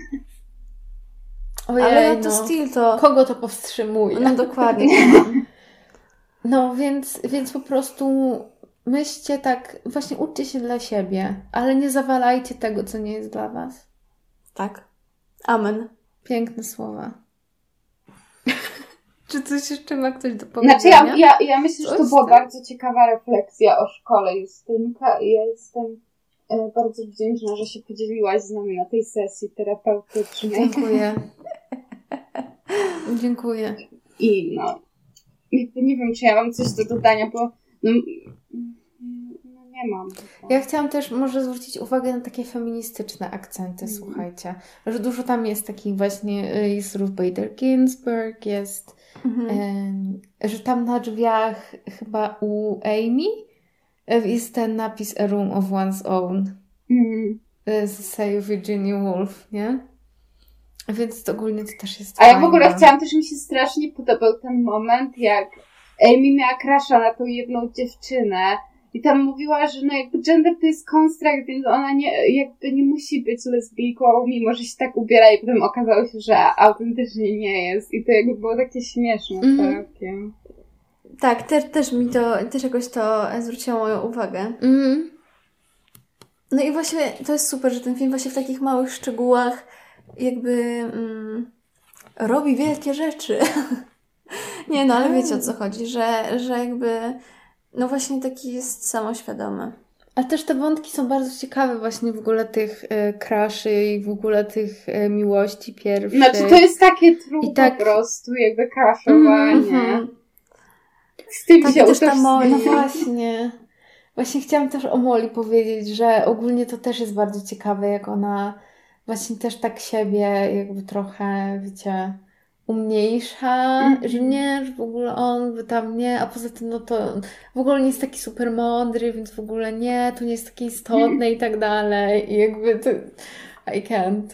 Ojej, ale no to no. styl to... Kogo to powstrzymuje? No dokładnie. No więc, więc po prostu myślcie tak, właśnie uczcie się dla siebie, ale nie zawalajcie tego, co nie jest dla was. Tak. Amen. Piękne słowa. Czy coś jeszcze ma ktoś do powiedzenia? Znaczy ja, ja, ja myślę, coś że to była tam? bardzo ciekawa refleksja o szkole, Justynka, i ja jestem e, bardzo wdzięczna, że się podzieliłaś z nami na tej sesji terapeutycznej. Dziękuję. Dziękuję. I no, jakby nie wiem, czy ja mam coś do dodania, bo no, no nie mam. Ja chciałam też może zwrócić uwagę na takie feministyczne akcenty, mm. słuchajcie. Że dużo tam jest takich właśnie, jest Ruth Bader Ginsburg, jest, mm-hmm. y, że tam na drzwiach chyba u Amy jest ten napis A Room of One's Own. Mm. Z Say Virginia Woolf, nie? Więc to ogólnie to też jest A ja fajne. w ogóle chciałam, też mi się strasznie podobał ten moment, jak Amy miała crusha na tą jedną dziewczynę i tam mówiła, że no jakby gender to jest konstrukt, więc ona nie, jakby nie musi być lesbijką, mimo że się tak ubiera, i potem okazało się, że autentycznie nie jest, i to jakby było takie śmieszne mm. całkiem. Tak, te, też mi to, też jakoś to zwróciło moją uwagę. Mm. No i właśnie to jest super, że ten film właśnie w takich małych szczegółach jakby mm, robi wielkie rzeczy. Nie no, ale wiecie o co chodzi, że, że jakby no właśnie taki jest samoświadomy. A też te wątki są bardzo ciekawe właśnie w ogóle tych y, cruszy i w ogóle tych y, miłości pierwszych. Znaczy to jest takie trudne I tak... po prostu, jakby crushowanie. Mm-hmm. Z tym tak się też ta Molly. No właśnie. Właśnie chciałam też o Molly powiedzieć, że ogólnie to też jest bardzo ciekawe, jak ona właśnie też tak siebie jakby trochę, wiecie, umniejsza, mm-hmm. że nie, że w ogóle on by tam nie, a poza tym no to w ogóle nie jest taki super mądry, więc w ogóle nie, to nie jest takie istotne i tak dalej. I jakby to... I can't.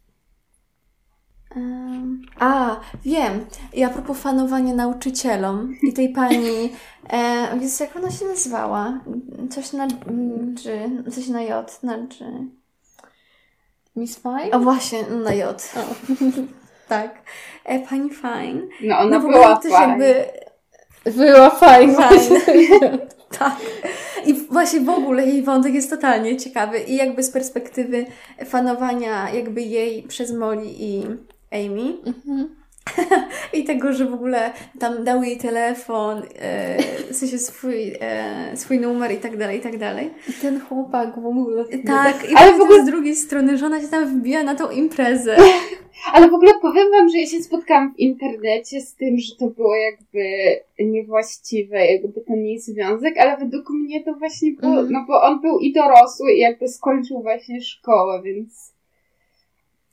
Um, a, wiem. I a propos fanowania nauczycielom i tej pani, e, więc jak ona się nazywała? Coś na G, coś na J, na G. Miss Fine? O właśnie, na J. O. Tak. E, pani Fine. No ona no, była też fine. jakby... Była fajna. Tak. I właśnie w ogóle jej wątek jest totalnie ciekawy i jakby z perspektywy fanowania jakby jej przez Molly i Amy. Mhm. I tego, że w ogóle tam dał jej telefon, e, w sensie swój, e, swój numer i tak dalej, i tak dalej. I ten chłopak w ogóle. Tak, i ale w ogóle z drugiej strony, że ona się tam wbija na tą imprezę. Ale w ogóle powiem wam, że ja się spotkałam w internecie z tym, że to było jakby niewłaściwe, jakby ten jej związek, ale według mnie to właśnie było, mm. no bo on był i dorosły i jakby skończył właśnie szkołę, więc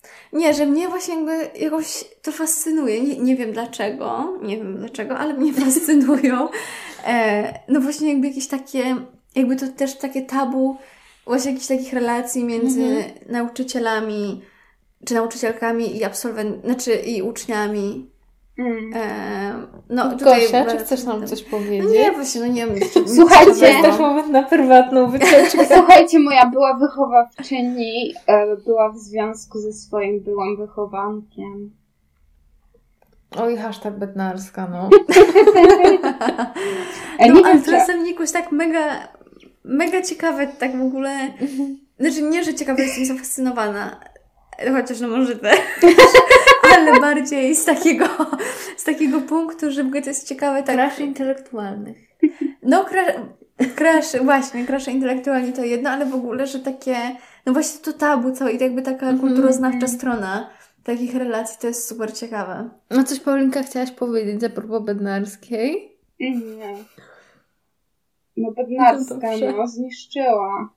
Nie, że mnie właśnie jakby jakoś to fascynuje. Nie, nie wiem dlaczego, nie wiem dlaczego, ale mnie fascynują. E, no właśnie jakby jakieś takie, jakby to też takie tabu właśnie jakichś takich relacji między mhm. nauczycielami, czy nauczycielkami i absolwentami, znaczy i uczniami. Mm. E, no, tutaj Gosia, czy chcesz nam coś powiedzieć? No nie, właśnie, no nie wiem. Słuchajcie, to jest też moment na prywatną wycieczkę. Słuchajcie, moja była wychowawczyni e, była w związku ze swoim byłym wychowankiem. Oj, hashtag bednarska, no. no, no ale to jestem jakoś tak mega, mega ciekawe, tak w ogóle, znaczy nie, że ciekawe, jestem zafascynowana, chociaż no może też, ale bardziej z takiego, z takiego punktu, że w ogóle to jest ciekawe. Tak... Crash intelektualnych. No, crash, crash, właśnie, crash intelektualni to jedno, ale w ogóle, że takie, no właśnie to tabu całe i jakby taka mm-hmm. kulturoznawcza strona takich relacji, to jest super ciekawe. No coś, Paulinka, chciałaś powiedzieć a propos bednarskiej? Nie. No bednarska, no, no zniszczyła.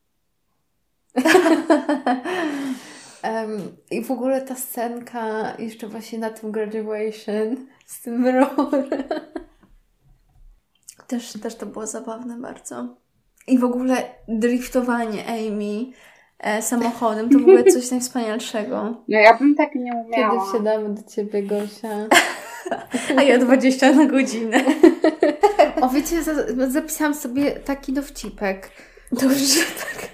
Um, I w ogóle ta scenka jeszcze właśnie na tym graduation z tym mirrorem. Też, też to było zabawne bardzo. I w ogóle driftowanie Amy e, samochodem to w ogóle coś najwspanialszego. No ja bym tak nie umiała. Kiedy wsiadamy do ciebie, Gosia? A ja dwadzieścia na godzinę. O, wiecie, za- zapisałam sobie taki dowcipek. Dowcipek.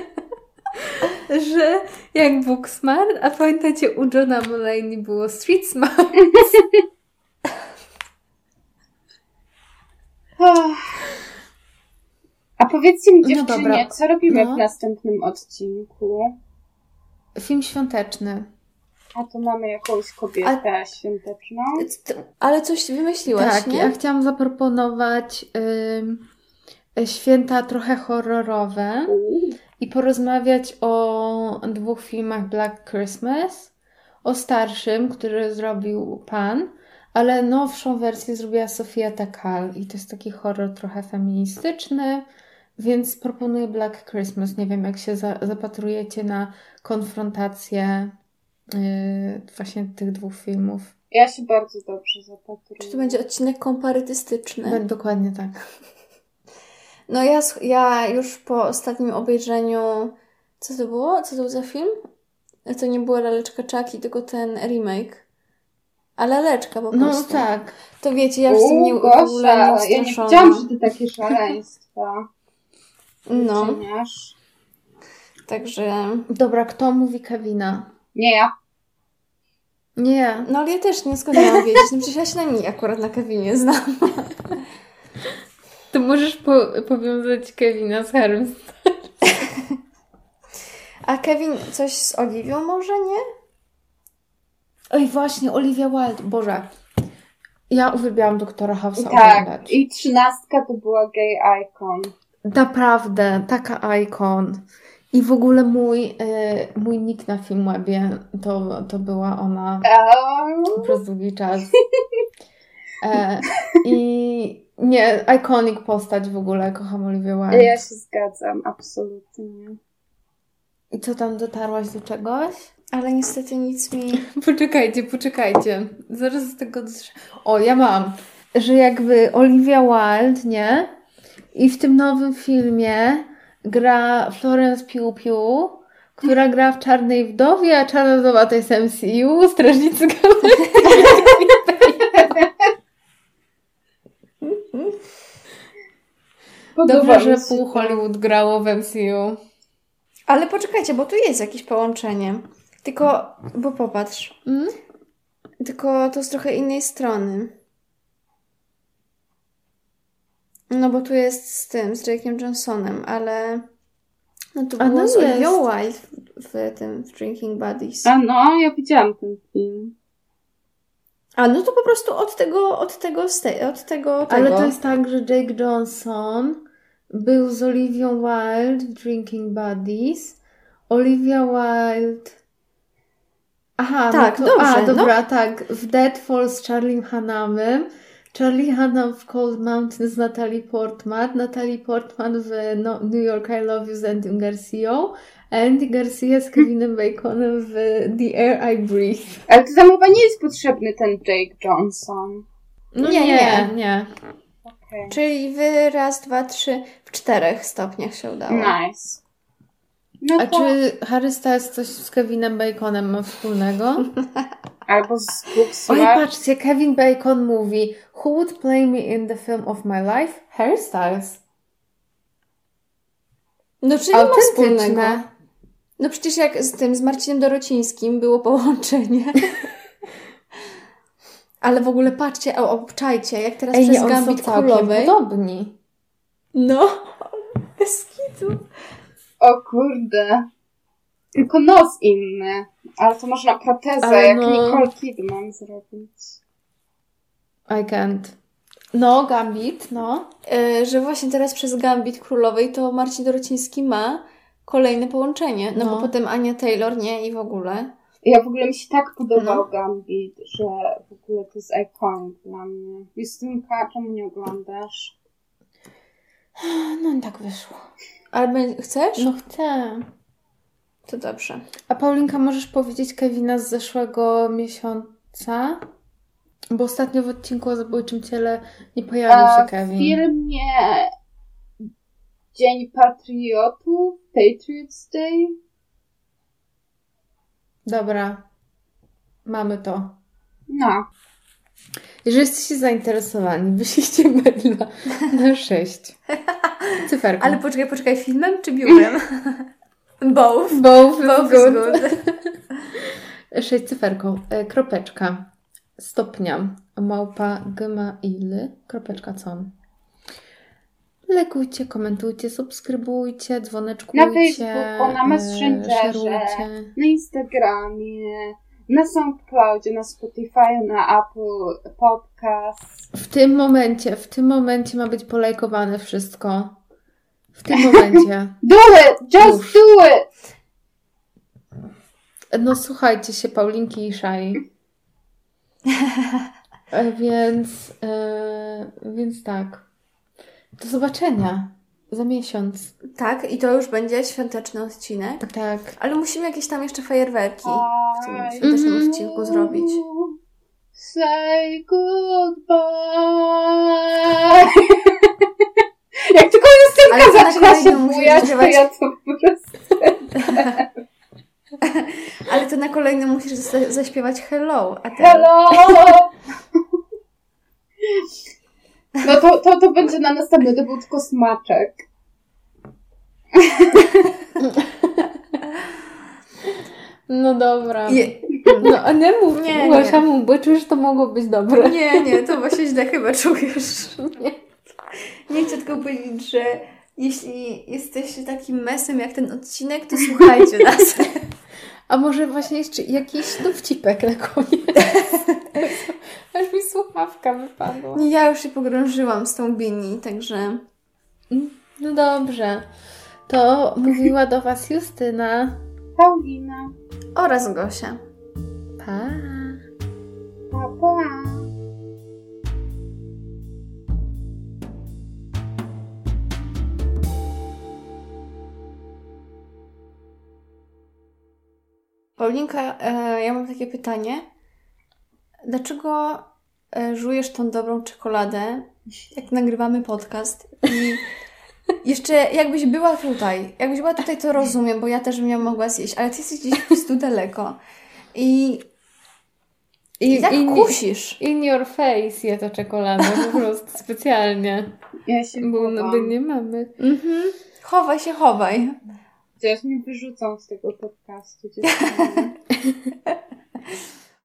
Że jak Book Smart, a pamiętacie, u Johna Mulaney było Street Smart. A powiedzcie mi, dziewczynie, no dobra. co robimy no. w następnym odcinku? Film świąteczny. A to mamy jakąś kobietę a... świąteczną? Ale coś wymyśliłaś, tak, nie? ja chciałam zaproponować y, święta trochę horrorowe uh. i porozmawiać o dwóch filmach Black Christmas, o starszym, który zrobił Pan, ale nowszą wersję zrobiła Sofia Takal i to jest taki horror trochę feministyczny, więc proponuję Black Christmas. Nie wiem, jak się za, zapatrujecie na konfrontację yy, właśnie tych dwóch filmów. Ja się bardzo dobrze zapatruję. Czy to będzie odcinek komparytystyczny? No, dokładnie tak. No ja, ja już po ostatnim obejrzeniu... Co to było? Co to był za film? To nie była Laleczka Chucky, tylko ten remake. A Laleczka po prostu. No tak. To wiecie, ja już jestem nie, w ogóle nie Ja nie wiedziałam, że to takie szaleństwa. No. Także... Dobra, kto mówi Kevina? Nie ja. Nie ja. No ale ja też nie skąd miałam wiedzieć. No przecież ja się na mnie akurat na Kevinie znam. To możesz po- powiązać Kevina z Harrym Stylesem. A Kevin coś z Oliwią może, nie? Oj, właśnie, Olivia Wilde. Boże. Ja uwielbiałam Doktora House'a tak, oglądać. I trzynastka to była gay icon. Naprawdę, taka icon. I w ogóle mój, y, mój nick na Filmwebie to, to była ona oh. przez długi czas. E, I nie, iconic postać w ogóle, kocham Olivię Wilde. Ja się zgadzam, absolutnie. I co tam, dotarłaś do czegoś? Ale niestety nic mi... Poczekajcie, poczekajcie. Zaraz z tego... O, ja mam. Że jakby Olivia Wilde, nie? I w tym nowym filmie gra Florence Pugh Pugh, która gra w Czarnej Wdowie, a Czarna Wdowa to jest M C U, Strażnicy Galaktyki. Dobrze, że pół Hollywood grało w M C U. Ale poczekajcie, bo tu jest jakieś połączenie. Tylko, bo popatrz. Mm? Tylko to z trochę innej strony. No bo tu jest z tym, z Jake'em Johnsonem, ale no tu A było no z Olivia jest. Wilde w, w tym w Drinking Buddies. A no, ja widziałam ten film. A no to po prostu od tego, od tego, od tego, Ale tego. to jest tak, że Jake Johnson był z Olivią Wilde w Drinking Buddies. Olivia Wilde... Aha, tak, no to, dobrze, a, dobra, no. tak. W Deadfall z Charlie Hunnamem. Charlie Hunnam w Cold Mountain z Natalie Portman. Natalie Portman w no, New York I Love You z Andy Garcia. Andy Garcia z Kevinem Baconem w The Air I Breathe. Ale to tam chyba nie jest potrzebny ten Jake Johnson. No Nie, nie, nie. nie. nie. Okay. Czyli wy raz, dwa, trzy w czterech stopniach się udało. Nice. No A to... czy Harry Styles coś z Kevinem Baconem ma wspólnego? Albo z Books Oj, Lab. patrzcie, Kevin Bacon mówi Who would play me in the film of my life? Harry Styles. No czyli ma wspólnego. Autentyczne. No przecież jak z tym, z Marcinem Dorocińskim było połączenie. Ale w ogóle patrzcie, o, obczajcie, jak teraz Ej, przez nie, oni są Gambit całkiem Królowej. podobni. No, bez kitu. O kurde. Tylko nos inny. Ale to można protezę, Ale jak no- Nicole Kidman zrobić. I can't. No, Gambit, no. E, że właśnie teraz przez Gambit Królowej to Marcin Dorociński ma kolejne połączenie. No, No. bo potem Ania Taylor, nie? I w ogóle. Ja w ogóle mi się tak podobał No. Gambit, że w ogóle to jest iconic dla mnie. Justynka, czemu nie oglądasz? No i tak wyszło. Ale be- chcesz? No chcę. To dobrze. A Paulinka, możesz powiedzieć Kevina z zeszłego miesiąca? Bo ostatnio w odcinku o Zabójczym Ciele nie pojawił się A Kevin. w filmie Dzień Patriotów, Patriots Day. Dobra. Mamy to. No. Jeżeli jesteście zainteresowani, wyślijcie maila na sześć. Cyferką. Ale poczekaj, poczekaj, filmem czy biurem? Both. Both is Both is good. good. Sześć cyferką. E, kropeczka. Stopnia. Małpa gmaily. Kropeczka com. Lekujcie, komentujcie, subskrybujcie, dzwoneczkujcie. Na Facebooku, na Messengerze, szerujcie. na Instagramie, na SoundCloudzie, na Spotify, na Apple Podcast. W tym momencie, w tym momencie ma być polajkowane wszystko. W tym momencie. Do it! Just Już. do it! No słuchajcie się Paulinki i Szai. E, więc, e, więc tak. Do zobaczenia za miesiąc. Tak, i to już będzie świąteczny odcinek. Tak. Ale musimy jakieś tam jeszcze fajerwerki w tym I świątecznym Mhm. odcinku zrobić. Say goodbye. Jak tylko Ale Justynka to na zaczyna się kolejną musisz bujać, to śpiewać. ja to po prostu... Ale to na kolejnym musisz za- zaśpiewać hello. A teraz... Hello! No to, to, to będzie na następny, to był tylko smaczek. No dobra. Je... No a nie mów, Nie, Łasia nie. mów, bo czujesz, to mogło być dobre. Nie, nie, to właśnie źle chyba czujesz. Nie. Nie chcę tylko powiedzieć, że jeśli jesteście takim mesem jak ten odcinek, to słuchajcie nas. A może właśnie jeszcze jakiś dowcipek na koniec? Aż mi słuchawka wypadła. Ja już się pogrążyłam z tą Bini, także... No dobrze. To mówiła do Was Justyna. Paulina. Oraz Gosia. Pa! Pa, pa. Paulinka, e, ja mam takie pytanie. Dlaczego e, żujesz tą dobrą czekoladę, jak nagrywamy podcast? I jeszcze jakbyś była tutaj, jakbyś była tutaj, to rozumiem, bo ja też bym ją mogła zjeść, ale ty jesteś gdzieś po prostu daleko. I, i, tak in, kusisz. in your face je to czekoladę, po prostu specjalnie. Ja się Bo chowam. no, nie mamy. Mhm. Chowaj się, chowaj. Chociaż mnie wyrzucą z tego podcastu. dziewczyny.